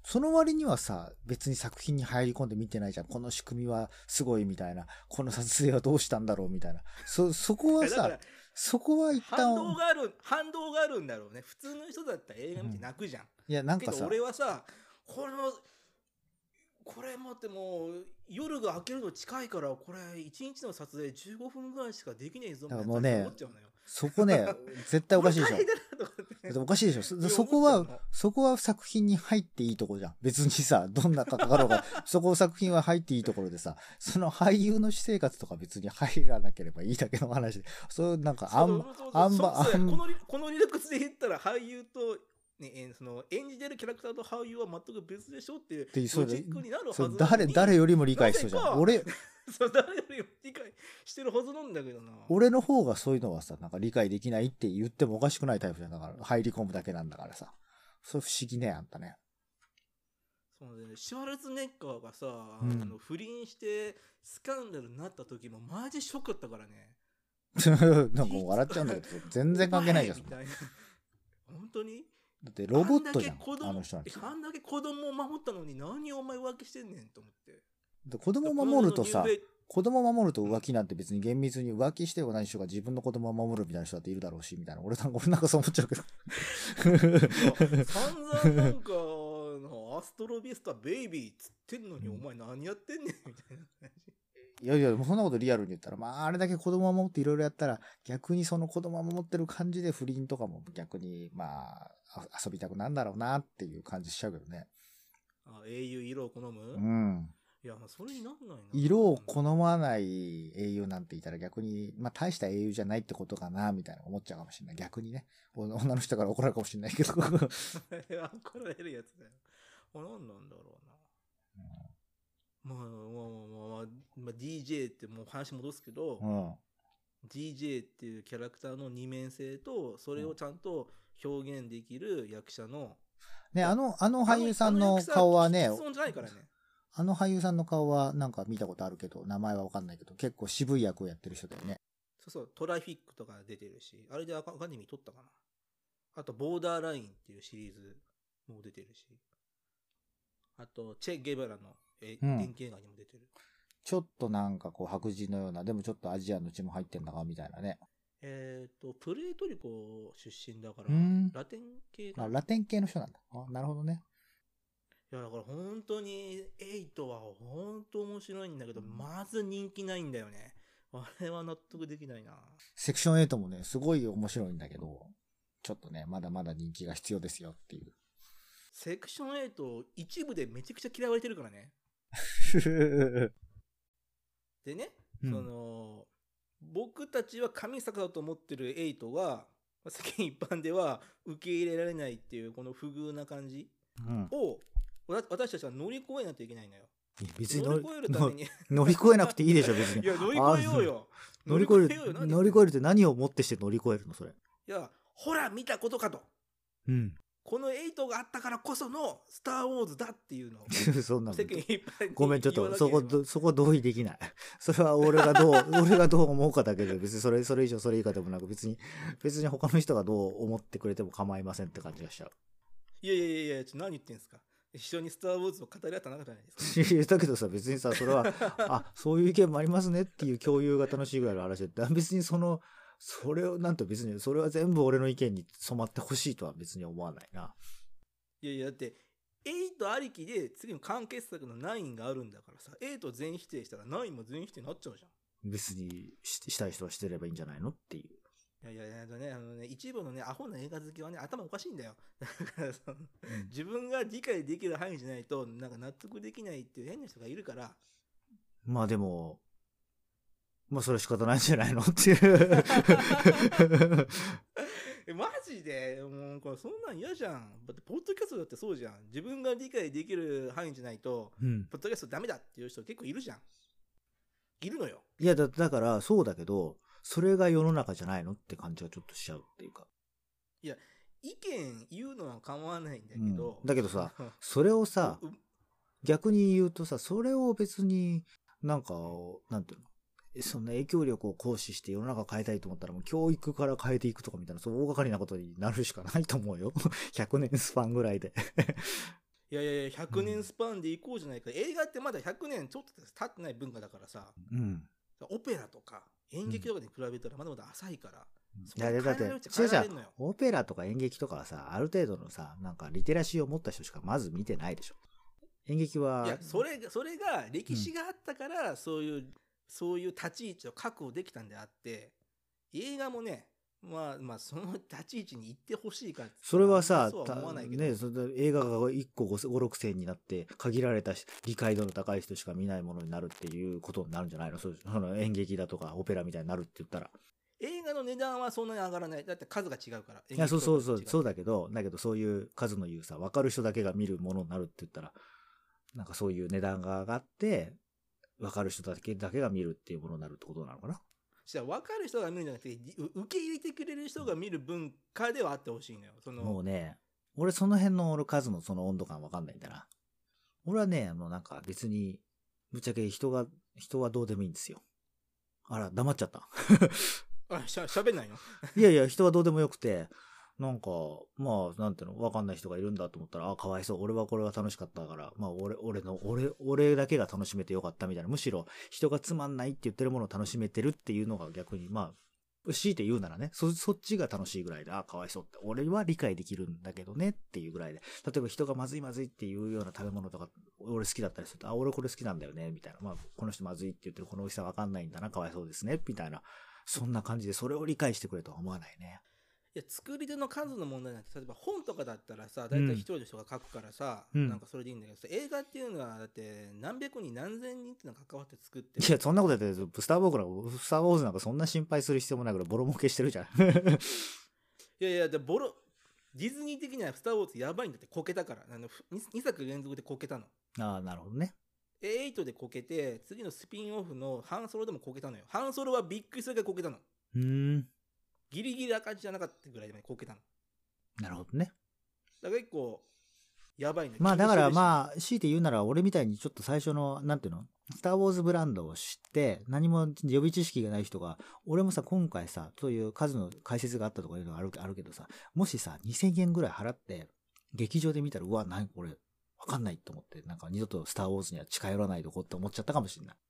その割にはさ、別に作品に入り込んで見てないじゃん。この仕組みはすごいみたいな。この撮影はどうしたんだろうみたいな。そ、そこはさ、そこは一旦。 反動がある、反動があるんだろうね。普通の人だったら映画見て泣くじゃん。うん、 いや、なんかさ。 けど俺はさ、この、これ待ってもう夜が明けるの近いからこれいちにちの撮影じゅうごふんぐらいしかできねえぞみたいな思っちゃうのよ。 そこね、絶対おかしいでしょ。おかしいでしょ。そ, そこは、そこは作品に入っていいとこじゃん。別にさ、どんなかかろうが、そこ作品は入っていいところでさ、その俳優の私生活とか別に入らなければいいだけの話で、そうなんかあんま、あんま、 あんま、この、この理屈で言ったら俳優と、ね、その演じてるキャラクターと俳優は全く別でしょっていうロジックになるはずなのに、 誰誰よりも理解してるじゃん。俺そう誰よりも理解してるはずなんだけどな。 俺の方がそういうのはさ、なんか理解できないって言ってもおかしくないタイプじゃん。だから入り込むだけなんだからさ。それ不思議ね、あんたね。 そうね、シュワルツェネッガーがさ、 うん、 あの不倫してスキャンダルになった時もマジショックだったからね。 なんか笑っちゃうんだけど全然関係ないじゃん。 本当にだってロボットじゃん。あ, あの人なんてあんだけ子供を守ったのに何お前浮気してんねんと思って。 で子供を守るとさ、子供を守ると浮気なんて別に厳密に浮気してはない人が自分の子供を守るみたいな人だっているだろうしみたいな。俺なんか俺なんかそう思っちゃうけど。 散々なんかアストロビスタベイビーっつってんのに、うん、お前何やってんねんみたいな感じ。 いやいや、もうそんなことリアルに言ったら、まあ、あれだけ子供を守っていろいろやったら、逆にその子供を守ってる感じで不倫とかも逆に、まあ、遊びたくなんだろうなっていう感じしちゃうけどね。 あ、英雄色を好む？ うん。 いや、それになんないな。 色を好まない英雄なんて言ったら逆に、まあ大した英雄じゃないってことかな、みたいな思っちゃうかもしれない。逆にね。女の人から怒られるかもしれないけど。怒られるやつだよ。何なんだろうな。まあまあまあまあ、まあ、ディージェー ってもう話戻すけど、 うん、 ディージェー っていうキャラクターの二面性とそれをちゃんと表現できる役者の、 うん、ね、あのあの俳優さんの顔はね、 あの, ないからねあの俳優さんの顔はなんか見たことあるけど名前は分かんないけど結構渋い役をやってる人だよね。 そうそう、トラフィックとか出てるし、あれでアカデミー取ったかな。あとボーダーラインっていうシリーズも出てるし、あとチェ・ゲバラのえ、うん、電気映画にも出てる。 ちょっとなんかこう白人のような、でもちょっとアジアの血も入ってんだかみたいなね。 えっ、ー、とプレートリコ出身だから、ラテン系かな。あ、ラテン系の人なんだ。あ、なるほどね。 いやだから本当にエイトは本当面白いんだけど、まず人気ないんだよね。あれは納得できないな。 セクションエイトもね、すごい面白いんだけど、ちょっとね、まだまだ人気が必要ですよっていう。 セクションエイト一部でめちゃくちゃ嫌われてるからね。でね、うん、その僕たちは神作だと思ってるエイトが世間一般では受け入れられないっていうこの不遇な感じを、うん、私たちは乗り越えないといけないのよ。 別に乗り越えるために乗り越えなくていいでしょ別に。 いや乗り越えようよ。 乗り越える乗り越えるって何をもってして乗り越えるのそれ。いやほら見たことかと。 うん。 このエイトがあったからこそのスターウォーズだっていうのをそんな世間一般にごめんちょっとそこそこ同意できない。それは俺がどう俺がどう思うかだけで別にそれそれ以上それ以下でもなく別に別に他の人がどう思ってくれても構いませんって感じがしちゃう。 いやいやいやいやちょっと何言ってんすか。一緒にスターウォーズを語り合った中じゃないですか。 いやだけどさ別にさそれはあそういう意見もありますねっていう共有が楽しいぐらいの話で別にそのそれをなんと別にそれは全部俺の意見に染まってほしいとは別に思わないな。 いやいやだってエイトありきで次の完結作のナインがあるんだからさ、エイト全否定したらナインも全否定になっちゃうじゃん。 別に し, したい人はしてればいいんじゃないのっていう。 いやいやいやね、あのね一部のねアホな映画好きはね頭おかしいんだよ。だからその、うん、自分が理解できる範囲じゃないとなんか納得できないっていう変な人がいるから。 まあでもまあそれは仕方ないんじゃないのっていうマジでもうこれそんなん嫌じゃん。だってポッドキャストだってそうじゃん。自分が理解できる範囲じゃないと、うん、ポッドキャストダメだっていう人結構いるじゃん。いるのよ。 いや だ, だからそうだけどそれが世の中じゃないのって感じはちょっとしちゃうっていうか。 いや意見言うのは構わないんだけど、 うん、だけどさそれをさ逆に言うとさそれを別になんかなんていうのそんな影響力を行使して世の中変えたいと思ったらもう教育から変えていくとかみたいなそう大掛かりなことになるしかないと思うよ。ひゃくねんスパンぐらいで。 いやいやいやひゃくねんスパンでいこうじゃないか、うん、映画ってまだひゃくねんちょっと経ってない文化だからさ、 うん、 オペラとか演劇とかに比べたらまだまだ浅いから、 うん、いやだって違う違うオペラとか演劇とかはさある程度のさなんかリテラシーを持った人しかまず見てないでしょ。演劇はいやそれそれが歴史があったから、うん、そういうそういう立ち位置を確保できたんであって映画もねまあまあその立ち位置に行ってほしいかそれはさはねそれ映画がいっこご、ろくせんになって限られた理解度の高い人しか見ないものになるっていうことになるんじゃないの。そうその演劇だとかオペラみたいになるって言ったら映画の値段はそんなに上がらない。だって数が違うから。 いやそうそうそうそうだけどだけどそういう数の言うさ分かる人だけが見るものになるって言ったらなんかそういう値段が上がって分かる人だけだけが見るっていうものになるってことなのかな。 じゃあ分かる人が見るんじゃなくて受け入れてくれる人が見る文化ではあってほしいのよ。そのもうね俺その辺の俺数のその温度感分かんないんだな。俺はねもうなんか別にぶっちゃけ人が人はどうでもいいんですよ。あら黙っちゃったあしゃ喋んないのいやいや人はどうでもよくてなんかまあなんていうの分かんない人がいるんだと思ったらあかわいそう俺はこれは楽しかったからまあ俺俺の俺俺だけが楽しめてよかったみたいなむしろ人がつまんないって言ってるものを楽しめてるっていうのが逆にまあ強いて言うならね そ, そっちが楽しいぐらいであかわいそうって俺は理解できるんだけどねっていうぐらいで例えば人がまずいまずいっていうような食べ物とか俺好きだったりするとあ俺これ好きなんだよねみたいなまあこの人まずいって言ってるこのおいしさ分かんないんだなかわいそうですねみたいなそんな感じでそれを理解してくれとは思わないね。 いや作り手の数の問題なんて例えば本とかだったらさだいたい一人の人が書くからさ、うん、なんかそれでいいんだけどさ映画っていうのはだって何百人何千人っていうのが関わって作ってる。 いやそんなことやってスター・ウォーズなんかスター・ウォーズなんかそんな心配する必要もないからボロ儲けしてるじゃんいやいやでボロディズニー的にはスター・ウォーズやばいんだってこけたからあの 2, にさく連続でこけたの。 ああなるほどね。 エイトでこけて次のスピンオフのハンソロでもこけたのよ。ハンソロはびっくりするぐらいこけたの。 うーんギリギリ赤字じゃなかったぐらいでこけたの。 なるほどね。 だから結構やばいね。 まあだからまあ強いて言うなら俺みたいにちょっと最初のなんていうのスター・ウォーズブランドを知って何も予備知識がない人が俺もさ今回さそういう数の解説があったとかいうのがある、あるけどさもしさにせんえんぐらい払って劇場で見たらうわ何これわかんないと思ってなんか二度とスター・ウォーズには近寄らないとこって思っちゃったかもしれない。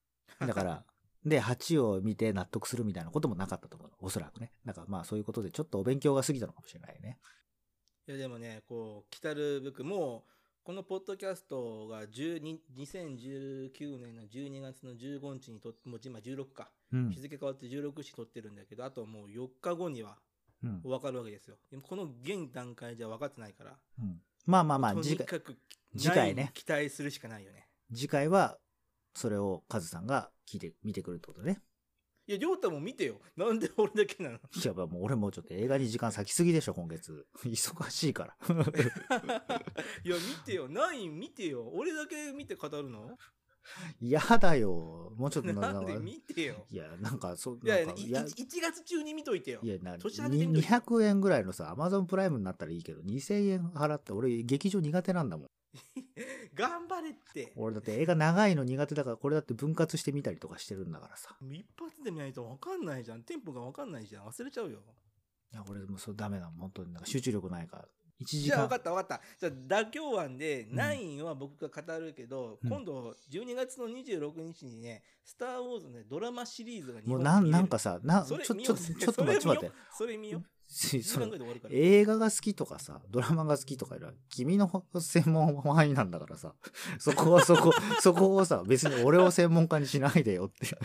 だからではちを見て納得するみたいなこともなかったと思うおそらくね。だからまあそういうことでちょっとお勉強が過ぎたのかもしれないね。 いやでもねこう来たるべくもうこのポッドキャストがにせんじゅうきゅうねんのじゅうにがつのじゅうごにちにとってもう今じゅうろくか、うん、日付変わってじゅうろくにち撮ってるんだけどあともうよっかごには分かるわけですよ、うん、この現段階じゃ分かってないから、 うん、まあまあまあとにかく次回ね期待するしかないよね。 次回はそれをカズさんが聞いて見てくるってことね。 いや、りょうたも見てよ。なんで俺だけなの？いや、もう俺もちょっと映画に時間割きすぎでしょ、今月。忙しいから。 いや、見てよ。ナイン見てよ。俺だけ見て語るの？ やだよ。もうちょっとなんで見てよ。 いや、なんか、そう、 いやいや、いちがつ中に見といてよ。 いや、な、 年明けてみといて。 にひゃくえんぐらいのさ、アマゾンプライムになったらいいけど、にせんえん払って俺、劇場苦手なんだもん。 頑張れって。 俺だって映画長いの苦手だからこれだって分割してみたりとかしてるんだからさ。 一発で見ないと分かんないじゃん。テンポが分かんないじゃん。忘れちゃうよ。 いや俺もうそれダメだもん本当になんか集中力ないからいちじかん。じゃあ分かった分かった。じゃあ妥協案でナインは僕が語るけど、うん、今度じゅうにがつのにじゅうろくにちにねスター・ウォーズの、ね、ドラマシリーズが日本にもうなんなんかさなちょちょちょっと待ってそれ見よう。 それ映画が好きとかさドラマが好きとかいら君の専門範囲なんだからさそこはそこそこをさ別に俺を専門家にしないでよって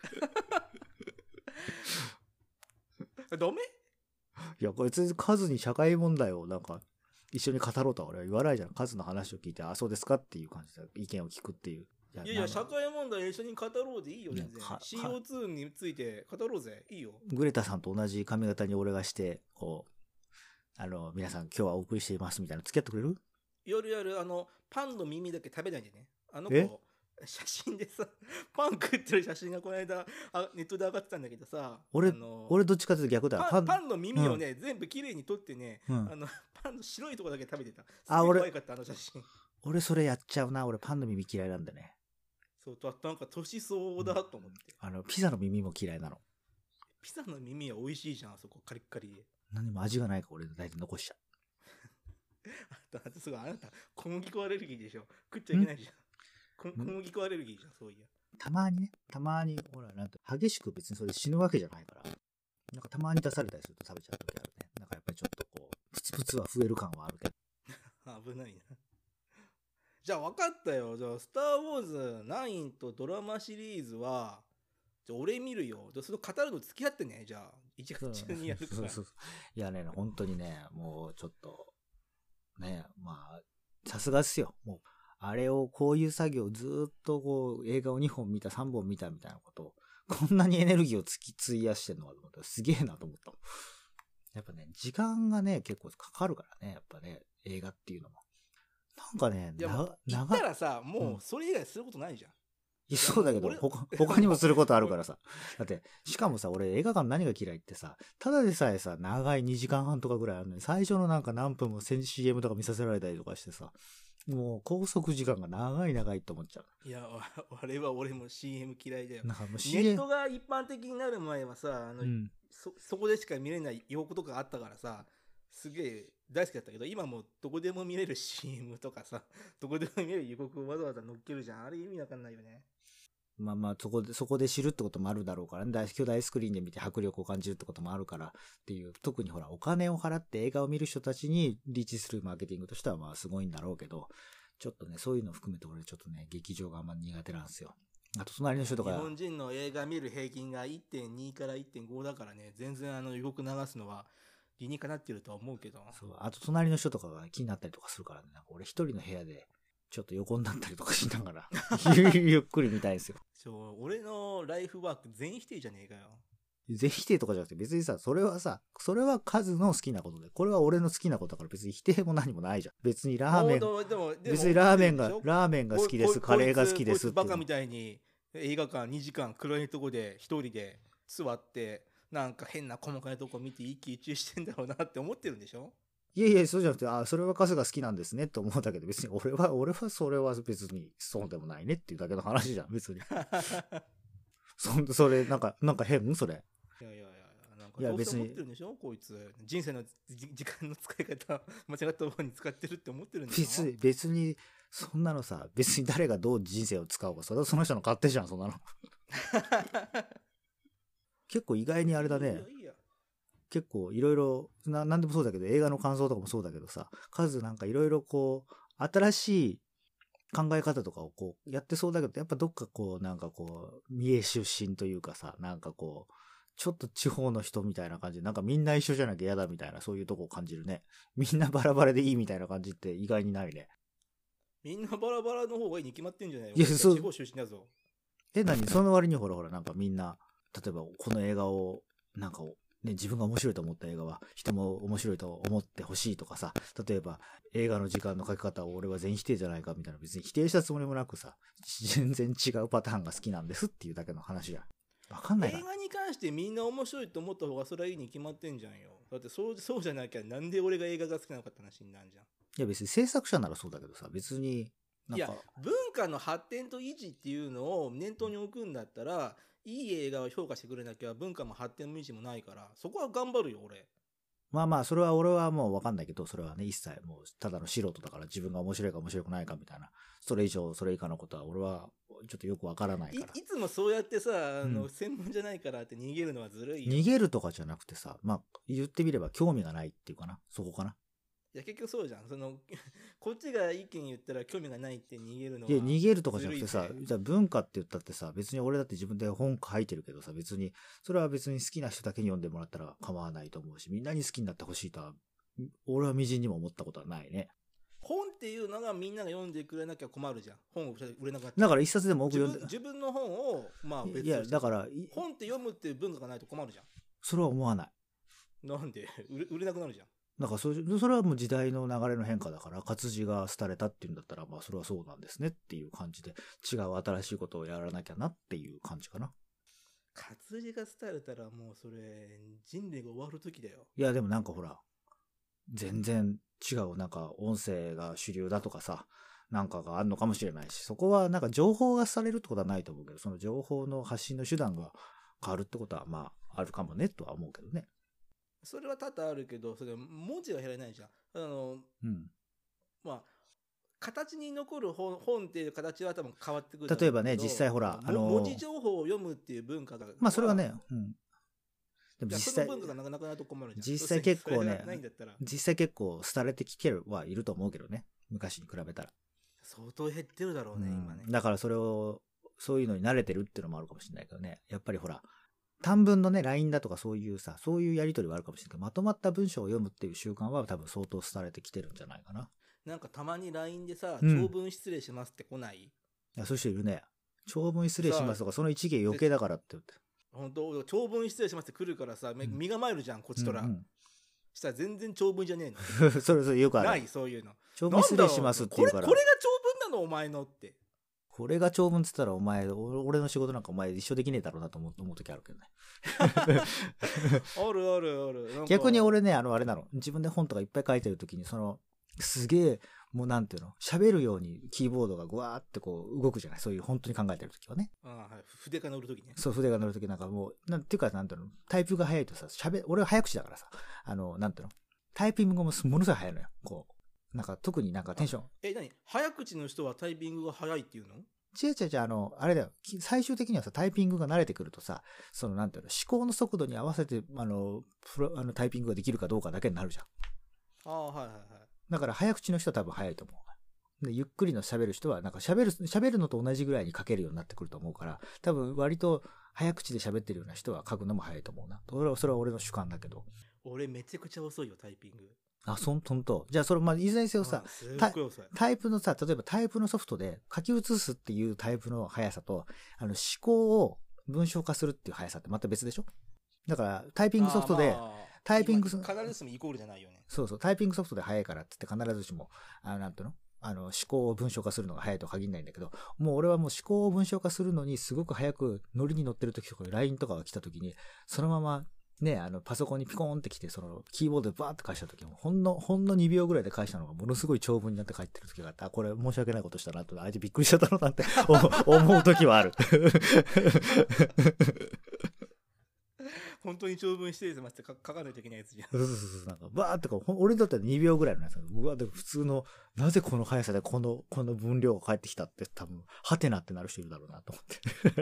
ダメ？ いやこれ別に数に社会問題をなんか一緒に語ろうとは俺は言わないじゃん。数の話を聞いてあそうですかっていう感じで意見を聞くっていう。 いやいや社会問題一緒に語ろうでいいよ全然。シーオーツー について語ろうぜいいよ。 グレタさんと同じ髪型に俺がしてこうあの皆さん今日はお送りしていますみたいな付き合ってくれる？ 夜夜あのパンの耳だけ食べないでね。あの子写真でさパン食ってる写真がこの間あネットで上がってたんだけどさ俺、あの俺どっちかというと逆だパン、パンの耳をね、うん、全部きれいに取ってね、うん、あのパンの白いところだけ食べてた。 あ俺可愛かったあの写真。 俺それやっちゃうな。俺パンの耳嫌いなんだね。 そうとなんか年相応だと思って、 うん、あのピザの耳も嫌いなの。 ピザの耳は美味しいじゃんあそこカリッカリで。 何も味がないか俺大体残しちゃあと、すごい、あなた、小麦粉アレルギーでしょ。食っちゃいけないじゃん。小麦粉アレルギーじゃん、そういや。 たまにね、たまに、ほら、なんて、激しく別にそれ死ぬわけじゃないから、なんかたまに出されたりすると食べちゃう時あるね。なんかやっぱりちょっとこう、プツプツは増える感はあるけど。 危ないな。じゃあ分かったよ。じゃあ、スター・ウォーズナインとドラマシリーズは、じゃあ俺見るよ。その語るの付き合ってね。じゃあ、いちがつ中にやるから。そうそうそう。 いやね、本当にね、もうちょっと、ね、まあ、さすがっすよ。もう、あれをこういう作業をずっとこう、映画をにほん見た、さんぼん見たみたいなことを、こんなにエネルギーをつき費やしてんのかと思ったらすげえなと思ったもん。やっぱね、時間がね、結構かかるからね、やっぱね、映画っていうのも。なんかね、 いや、言ったらさ、もうそれ以外することないじゃん。 いや、そうだけど、他、他にもすることあるからさ。だって、しかもさ、俺映画館何が嫌いってさ、ただでさえさ、長いにじかんはんとかぐらいあるのに、最初のなんか何分も シーエム とか見させられたりとかしてさ、もう拘束時間が長い長いと思っちゃう。 いや、あれは俺も シーエム 嫌いだよ。 なんかもうシーエム、ネットが一般的になる前はさ、あの、うん、そ、そこでしか見れない予告とかあったからさ、すげえ大好きだったけど、今もうどこでも見れる シーエム とかさ、どこでも見れる予告をわざわざ載っけるじゃん。あれ意味わかんないよね。 まあまあ、そこで、そこで知るってこともあるだろうからね。大巨大スクリーンで見て迫力を感じるってこともあるからっていう、特にほら、お金を払って映画を見る人たちにリーチするマーケティングとしてはまあすごいんだろうけど、ちょっとね、そういうのを含めて俺ちょっとね、劇場があんま苦手なんですよ。あと隣の人とか。 日本人の映画見る平均が いってんに から いってんご だからね、全然あの予告流すのは理にかなってるとは思うけど。 そう、あと隣の人とかが気になったりとかするからね、なんか俺一人の部屋で、ちょっと横になったりとかしながらゆっくり見たいんですよ。 そう、俺のライフワーク全否定じゃねえかよ。 全否定とかじゃなくて別にさ、それはさ、それはカズの好きなことで、これは俺の好きなことだから別に否定も何もないじゃん。別にラーメン、別にラーメンが、ラーメンが好きです、カレーが好きですって。 バカみたいに映画館にじかん暗いとこで一人で座って、なんか変な細かいとこ見て一喜一憂してんだろうなって思ってるんでしょ。 いやいや、そうじゃなくて、あ、それはカズが好きなんですねって思うんだけど、別に俺は、俺はそれは別にそうでもないねっていうだけの話じゃん、別に。そ、それ、なんか、なんか変それ。 いやいやいや、なんかどうせ思ってるんでしょこいつ。人生の時間の使い方、間違った方に使ってるって思ってるんでしょ。 別に、別に、そんなのさ、別に誰がどう人生を使おうか、それはその人の勝手じゃん、そんなの。結構意外にあれだね。いやいや結構いろいろ、な、なんでもそうだけど、映画の感想とかもそうだけどさ、数なんかいろいろこう、新しい考え方とかをこう、やってそうだけど、やっぱどっかこう、なんかこう、三重出身というかさ、なんかこう、ちょっと地方の人みたいな感じで、なんかみんな一緒じゃなきゃ嫌だみたいな、そういうとこを感じるね。みんなバラバラでいいみたいな感じって意外にないね。 みんなバラバラの方がいいに決まってんじゃないの？いや、そう。地方出身だぞ。 え、何その割にほらほら、なんかみんな、例えばこの映画を、なんかね、自分が面白いと思った映画は人も面白いと思ってほしいとかさ、例えば映画の時間の書き方を俺は全否定じゃないかみたいな、別に否定したつもりもなくさ、全然違うパターンが好きなんですっていうだけの話じゃん。わかんないな。 映画に関してみんな面白いと思った方がそれはいいに決まってんじゃんよ。だってそう、そうじゃなきゃなんで俺が映画が好きなのかって話になるじゃん。いや別に制作者ならそうだけどさ、別になんか。いや、 文化の発展と維持っていうのを念頭に置くんだったら、いい映画を評価してくれなきゃ文化も発展も維持もないから、そこは頑張るよ、俺。 まあまあ、それは俺はもう分かんないけど、それはね、一切もう、ただの素人だから自分が面白いか面白くないかみたいな、それ以上、それ以下のことは俺はちょっとよく分からないから。 い, いつもそうやってさ、あの、うん、専門じゃないからって逃げるのはずるいよ。 逃げるとかじゃなくてさ、まあ、言ってみれば興味がないっていうかな、そこかな。 いや結局そうじゃん。そのこっちが意見言ったら興味がないって逃げるのは。 いや逃げるとかじゃなくてさ、じゃあ文化って言ったってさ、別に俺だって自分で本書いてるけどさ、別にそれは別に好きな人だけに読んでもらったら構わないと思うし、みんなに好きになってほしいとは俺はみじんにも思ったことはないね。 本っていうのがみんなが読んでくれなきゃ困るじゃん。本を売れなかった。 だから一冊でも多く読んで。 自分、自分の本をまあ別に。 いやだから本って読むっていう文化がないと困るじゃん。 それは思わない。 なんで売れ、売れなくなるじゃん。 だからそれ、それはもう時代の流れの変化だから、活字が廃れたっていうんだったら、まあそれはそうなんですねっていう感じで、違う新しいことをやらなきゃなっていう感じかな。 活字が廃れたらもうそれ、人類が終わる時だよ。 いやでもなんかほら、全然違う、なんか音声が主流だとかさ、なんかがあるのかもしれないし、そこはなんか情報がされるってことはないと思うけど、その情報の発信の手段が変わるってことはまああるかもねとは思うけどね。 それは多々あるけど、それ文字は減らないじゃん。あの、うん、まあ、形に残る 本, 本っていう形は多分変わってくる。 例えばね、実際ほら、 あのー、文字情報を読むっていう文化が。 まあそれはね、うん。 でも実際、その文化がなかなかなると困るじゃん。 実際結構ね、実際結構廃れてきてるはいると思うけどね。昔に比べたら。 相当減ってるだろうね、うん、今ね。 だからそれを、そういうのに慣れてるっていうのもあるかもしれないけどね。やっぱりほら、短文のね、ライン だとかそういうさ、そういうやりとりはあるかもしれないけど、まとまった文章を読むっていう習慣は多分相当廃れてきてるんじゃないかな。 なんかたまに ライン でさ、うん、長文失礼しますって来ない？いや、そういう人いるね。長文失礼しますとか、その一行余計だからって言って。 本当長文失礼しますって来るからさ、身構えるじゃん、こっちとら。うんうん、したら全然長文じゃねえの。 それそれよくある。 ない、そういうの。 長文失礼しますって言うから。 これ、これが長文なのお前のって。 これが長文って言ったらお前、俺の仕事なんかお前一生できねえだろうなと思う、思う時あるけどね。 あるあるある。 逆に俺ね、あのあれなの。自分で本とかいっぱい書いてる時に、その、すげえ、もうなんていうの、喋るようにキーボードがぐわーってこう動くじゃない。そういう本当に考えてる時はね。 ああ、はい。筆が乗る時ね。 そう、筆が乗る時なんかもう、なんていうかなんていうの、タイプが早いとさ、喋、俺は早口だからさ、あの、なんていうの、タイピングもものすごい早いのよ。こう。なんか特になんかテンション。 え、何早口の人はタイピングが早いっていうの？ 違う違う違う、あの、あれだよ。最終的にはさ、タイピングが慣れてくるとさ、そのなんていうの、思考の速度に合わせて、あの、プロ、あの、タイピングができるかどうかだけになるじゃん。 ああ、はいはいはい。 だから早口の人は多分早いと思う。で、ゆっくりの喋る人は、なんか喋る、喋るのと同じぐらいに書けるようになってくると思うから、多分割と早口で喋ってるような人は書くのも早いと思うな。それは、それは俺の主観だけど。 俺めちゃくちゃ遅いよ、タイピング。 あ、そんとんと。じゃあ、それ、まあ、いずれにせよさ、タ、タイプのさ、例えばタイプのソフトで書き写すっていうタイプの速さと、あの、思考を文章化するっていう速さってまた別でしょ？だから、タイピングソフトで、タイピング、 必ずしもイコールじゃないよね。 そうそう、タイピングソフトで速いからって言って必ずしも、あの、なんていうの？あの、思考を文章化するのが早いとは限らないんだけど、もう俺はもう思考を文章化するのにすごく早くノリに乗ってる時とか、ライン とかが来た時に、そのまま、ね、あの、パソコンにピコーンって来て、その、キーボードでバーって返した時も、ほんの、ほんのにびょうぐらいで返したのが、ものすごい長文になって返ってる時があって、あ、これ申し訳ないことしたなと、相手びっくりしちゃったのなんて思う時はある。 本当に長文失礼しますって書かないといけないやつじゃん。 そうそうそう。なんか、バーってか、俺にとってはにびょうぐらいのやつ。うわ、でも普通の、なぜこの速さでこの、この分量が返ってきたって多分、ハテナってなる人いるだろうなと思って。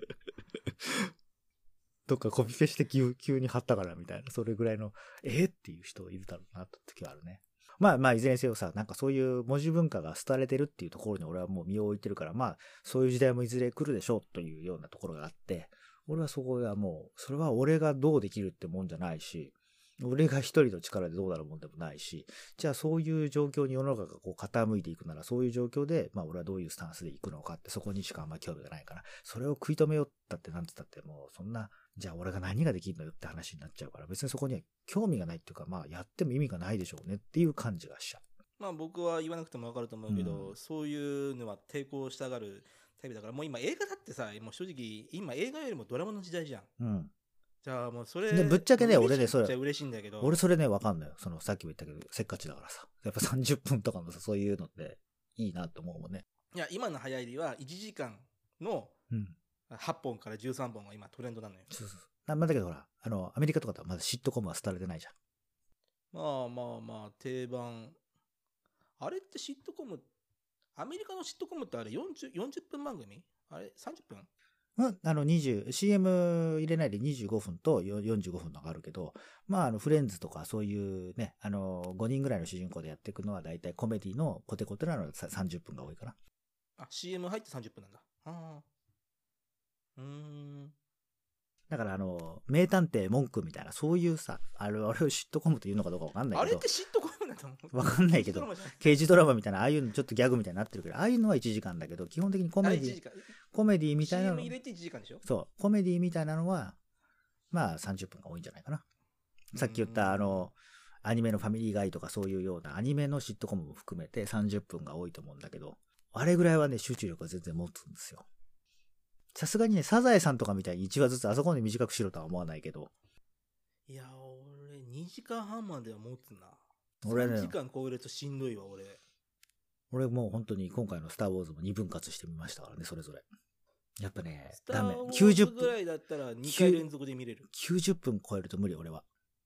どっかコピペして急、急に貼ったからみたいな、それぐらいの、えー、っていう人いるだろうなって時はあるね。まあまあ、いずれにせよさ、なんかそういう文字文化が廃れてるっていうところに俺はもう身を置いてるから、まあ、そういう時代もいずれ来るでしょうというようなところがあって、俺はそこがもう、それは俺がどうできるってもんじゃないし、俺が一人の力でどうなるもんでもないし、じゃあそういう状況に世の中がこう傾いていくなら、そういう状況で、まあ俺はどういうスタンスで行くのかって、そこにしかあんま興味がないから、それを食い止めようったってなんて言ったってもう、そんな、じゃあ俺が何ができるのよって話になっちゃうから、別にそこには興味がないっていうか、まあやっても意味がないでしょうねっていう感じがしちゃう。 まあ僕は言わなくてもわかると思うけど、うん、そういうのは抵抗したがるタイプだから、もう今映画だってさ、もう正直、今映画よりもドラマの時代じゃん。うん。じゃあもうそれ、 でぶっちゃけね、俺ね、それ、 嬉しいんだけど、 俺それね、わかんないよ。その、さっきも言ったけど、せっかちだからさ。やっぱさんじゅっぷんとかのさ、そういうのっていいなと思うもんね。 いや、今の流行りはいちじかんのはっぽんからじゅうさんぼんが今トレンドなのよ。 そうそうそう。まあ、だけどほら、あの、アメリカとかとはまだシットコムは廃れてないじゃん。 まあまあまあ、定番。あれってシットコム、アメリカのシットコムってあれよんじゅう、よんじゅっぷん番組？あれさんじゅっぷん？ うん、あのにじゅう、シーエム 入れないでにじゅうごふんとよんじゅうごふんのがあるけど、まあ、あの、フレンズとかそういうね、あの、ごにんぐらいの主人公でやっていくのは大体コメディのコテコテなのさんじゅっぷんが多いかな。 あ、シーエム 入ってさんじゅっぷんなんだ。ああ。うーん。 だからあの、名探偵文句みたいな、そういうさ、あれ、あれをシットコムというのかどうかわかんないけど。 あれってシットコムなんだもん。 わかんないけど、刑事ドラマみたいな、ああいうのちょっとギャグみたいになってるけど、ああいうのはいちじかんだけど、基本的にコメディ、コメディみたいなの。 シーエム 入れていちじかんでしょ？ そう、コメディみたいなのは、まあさんじゅっぷんが多いんじゃないかな。さっき言ったあの、アニメのファミリーガイとかそういうようなアニメのシットコムも含めてさんじゅっぷんが多いと思うんだけど、あれぐらいはね、集中力が全然持つんですよ。さすがにね、サザエさんとかみたいにいちわずつあそこまで短くしろとは思わないけど。 いや、俺、にじかんはんまでは持つな。 俺ね。 さんじかん超えるとしんどいわ、俺。 俺もう本当に今回のスターウォーズもにぶん割してみましたからね、それぞれ。やっぱね、ダメ。きゅうじゅっぷん。 ぐらいだったらにかい連続で見れる。 きゅうじゅっぷん超えると無理、俺は。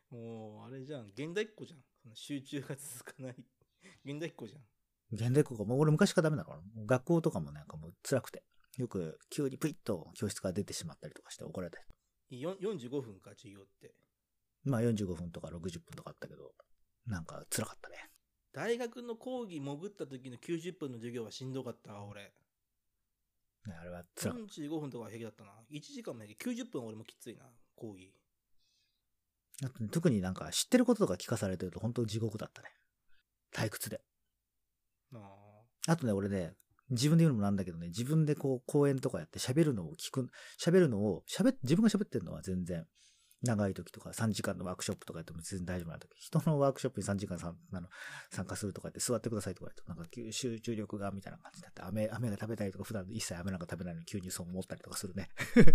もうあれじゃん、現代っ子じゃん。その集中が続かない現代っ子じゃん。 現代っ子か、もう俺昔からダメだから、学校とかもなんかもう辛くて、よく急にプイッと教室から出てしまったりとかして怒られたり。 よんじゅうごふんか授業って。 まあよんじゅうごふんとかろくじゅっぷんとかあったけど、なんか辛かったね。 大学の講義潜った時のきゅうじゅっぷんの授業はしんどかったわ、俺。 ね、あれは辛かった。 よんじゅうごふんとかは平気だったな。いちじかんも平気。きゅうじゅっぷんは俺もきついな、講義。 あとね、特になんか知ってることとか聞かされてると本当地獄だったね。退屈で。 ああとね、俺ね、自分で言うのもなんだけどね、自分でこう講演とかやって喋るのを聞く、喋るのを、喋っ、自分が喋ってるのは全然、長い時とかさんじかんのワークショップとかやっても全然大丈夫な時、人のワークショップにさんじかんさんあの参加するとかやって座ってくださいとか言うと、なんか集中力がみたいな感じになって、飴、飴が食べたいとか、普段一切飴なんか食べないのに急にそう思ったりとかするね。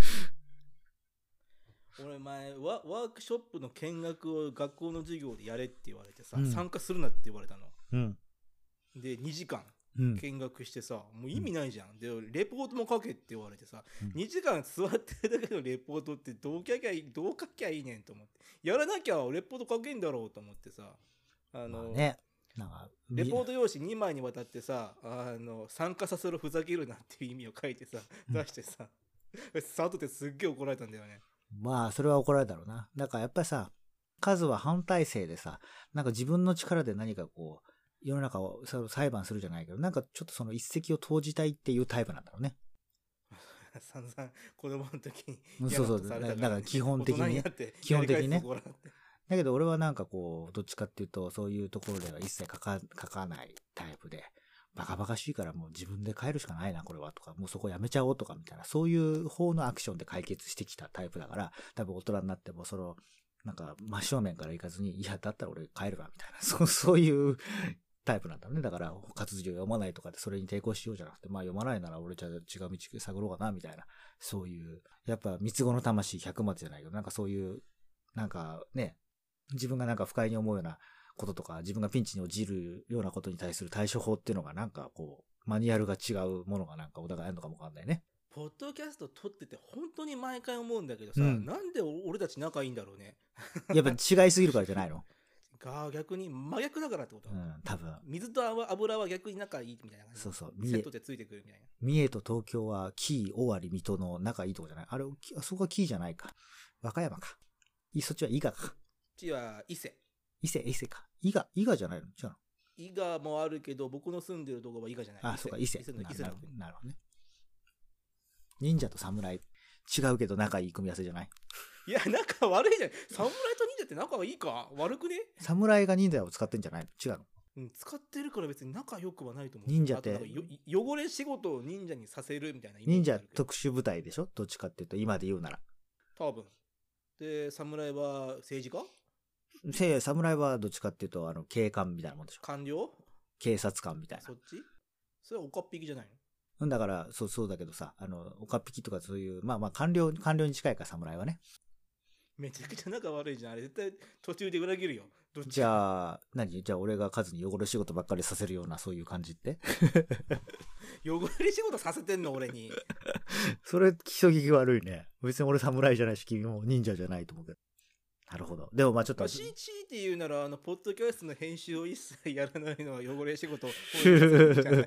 俺前ワ、ワークショップの見学を学校の授業でやれって言われてさ、 うん、 参加するなって言われたの。 うん。 で、にじかん。 うん、 見学してさ、もう意味ないじゃん、うん、でレポートも書けって言われてさ、 うん、 にじかん座ってるだけのレポートってどう書きゃいいどう書きゃいいねんと思って、やらなきゃレポート書けんだろうと思ってさ、あの、まあね、なんかレポート用紙にまいにわたってさ、あの参加させろふざけるなっていう意味を書いてさ出してさ、うん、スタートってすっげえ怒られたんだよね。 まあそれは怒られたろうな。だからやっぱりさ、数は反体制でさ、なんか自分の力で何かこう世の中を裁判するじゃないけど、なんかちょっとその一石を投じたいっていうタイプなんだろうね。 散々子供の時にそうそう、だから基本的にね、基本的にね。だけど俺はなんかこうどっちかっていうとそういうところでは一切書か書かないタイプで、バカバカしいからもう自分で変えるしかないなこれはとか、もうそこやめちゃおうとかみたいな、そういう方のアクションで解決してきたタイプだから、多分大人になってもそのなんか真正面からいかずに、いやだったら俺変えるわみたいな、そうそういうタイプなんだろうね。だから活字を読まないとかでそれに抵抗しようじゃなくて、まあ読まないなら俺じゃ違う道探ろうかなみたいな、そういうやっぱ三つ子の魂百末じゃないけど、なんかそういうなんかね、自分がなんか不快に思うようなこととか、自分がピンチに陥るようなことに対する対処法っていうのがなんかこうマニュアルが違うものがなんかお互いあるのかもわかんないね。 ポッドキャスト撮ってて本当に毎回思うんだけどさ、うん、なんで俺たち仲いいんだろうね。 やっぱ違いすぎるからじゃないの？ が逆に真逆だからってこと？ うん、多分。 水と油は逆に仲いいみたいな感じ。 そうそう。 セットでついてくるみたいな。 三重と東京は紀伊、尾張、水戸の仲いいとこじゃない？あれ、あそこは紀伊じゃないか。和歌山か。そっちは伊賀か。こっちは伊勢。 伊勢、伊勢か。伊賀、伊賀じゃないの？違うの？ 伊賀もあるけど、僕の住んでるところは伊賀じゃない。 あ、そうか、伊勢。 伊勢の伊勢の国。 なるほどね。忍者と侍。違うけど仲いい組み合わせじゃない？ いや、仲悪いじゃん。侍と忍者って仲はいいか？悪くね？ 侍が忍者を使ってんじゃないの？違うの？ うん、使ってるから別に仲良くはないと思う。 忍者って汚れ仕事を忍者にさせるみたいなイメージ。忍者特殊部隊でしょ？どっちかっていうと今で言うなら。 多分。で、侍は政治家？ せ侍はどっちかっていうとあの警官みたいなもんでしょ？ 官僚？ 警察官みたいな。 そっち？それはおかっぴきじゃないの？ だから、そう、そうだけどさ、あの、おかっぴきとかそういう、まあまあ、官僚、官僚に近いか、侍はね。 めちゃくちゃ仲悪いじゃん。あれ絶対途中で裏切るよ。どっち？ じゃあ、何？じゃあ俺が数に汚れ仕事ばっかりさせるような、そういう感じって汚れ仕事させてんの俺に。 それ、基礎聞き悪いね。別に俺侍じゃないし、君も忍者じゃないと思うけど。なるほど。でもまあちょっと。 シーチーって言うなら、あの、ポッドキャストの編集を一切やらないのは汚れ仕事をじゃない。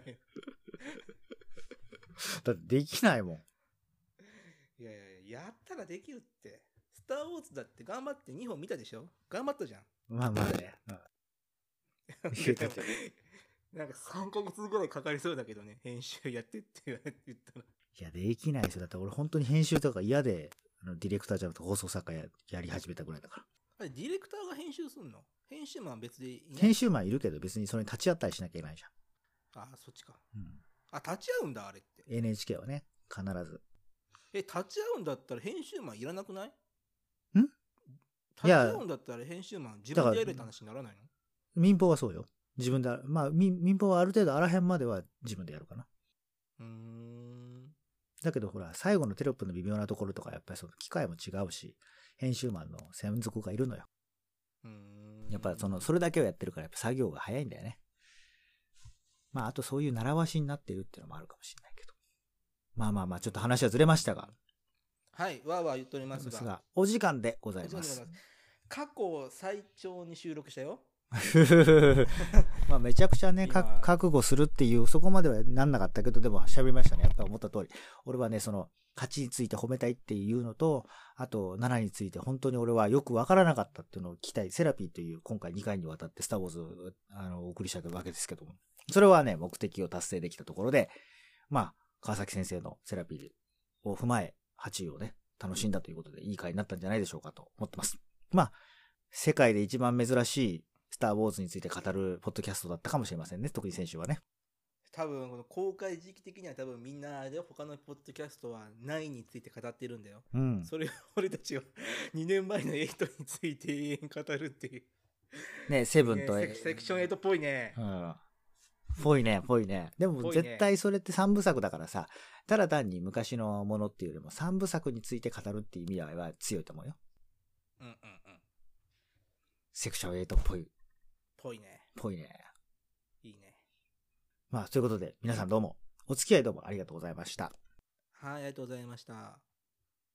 だってできないもん。 いやいや、やったらできるって。スター・ウォーズだって頑張ってにほん見たでしょ？頑張ったじゃん。 まあまあね。うん、 なんかさんかげつぐらいかかりそうだけどね、編集やってって言ったら。 いや、できないですよ。だって俺本当に編集とか嫌で、あのディレクターじゃなくて放送作家 や, やり始めたぐらいだから。 あれ、ディレクターが編集すんの？編集マンは別でいない？ 編集マンいるけど別にそれに立ち会ったりしなきゃいけないじゃん。ああ、そっちか。 うん。 あ、立ち会うんだ、あれって。 エヌエイチケー はね、必ず。 え、立ち会うんだったら編集マンいらなくない？ん？ 立ち会うんだったら編集マン自分でやれた話にならないの？ 民放はそうよ。自分で、まあ民、民放はある程度あらへんまでは自分でやるかな。 うーん。 だけどほら、最後のテロップの微妙なところとか、やっぱりその機械も違うし、編集マンの専属がいるのよ。 うーん。 やっぱりその、それだけをやってるから、やっぱ作業が早いんだよね。まあ、あとそういう習わしになってるっていうのもあるかもしれないけど。まあまあまあ、ちょっと話はずれましたが。 はい、わーわー言っておりますが。 お時間でございます。 過去最長に収録したよ。 まあめちゃくちゃね、覚悟するっていう、そこまではなんなかったけど、でも喋りましたね。やっぱり思った通り。俺はね、その、はちについて褒めたいっていうのと、あとななについて本当に俺はよくわからなかったっていうのを聞きたい。セラピーという今回にかいにわたってスターウォーズ、あの、お送りしたわけですけども。それはね、目的を達成できたところで、まあ、川崎先生のセラピーを踏まえ、はちいをね、楽しんだということで、いい回になったんじゃないでしょうかと思ってます。まあ、世界で一番珍しいスター・ウォーズについて語るポッドキャストだったかもしれませんね。特に先週はね。 多分、この公開時期的には多分みんなで他のポッドキャストはないについて語ってるんだよ。 うん。 それを俺たちはにねんまえのエイトについて永遠語るっていう。 ね、セブンと、 ね、セクションエイトっぽいね。 うん。ぽいね、ぽいね。でも絶対それってさんぶさくだからさ、ただ単に昔のものっていうよりもさんぶさくについて語るっていう意味合いは強いと思うよ。 うんうんうん。 セクションエイトっぽい。 ぽいね。 ぽいね。 いいね。 まあ、ということで、皆さんどうも、お付き合いどうもありがとうございました。 はい、ありがとうございました。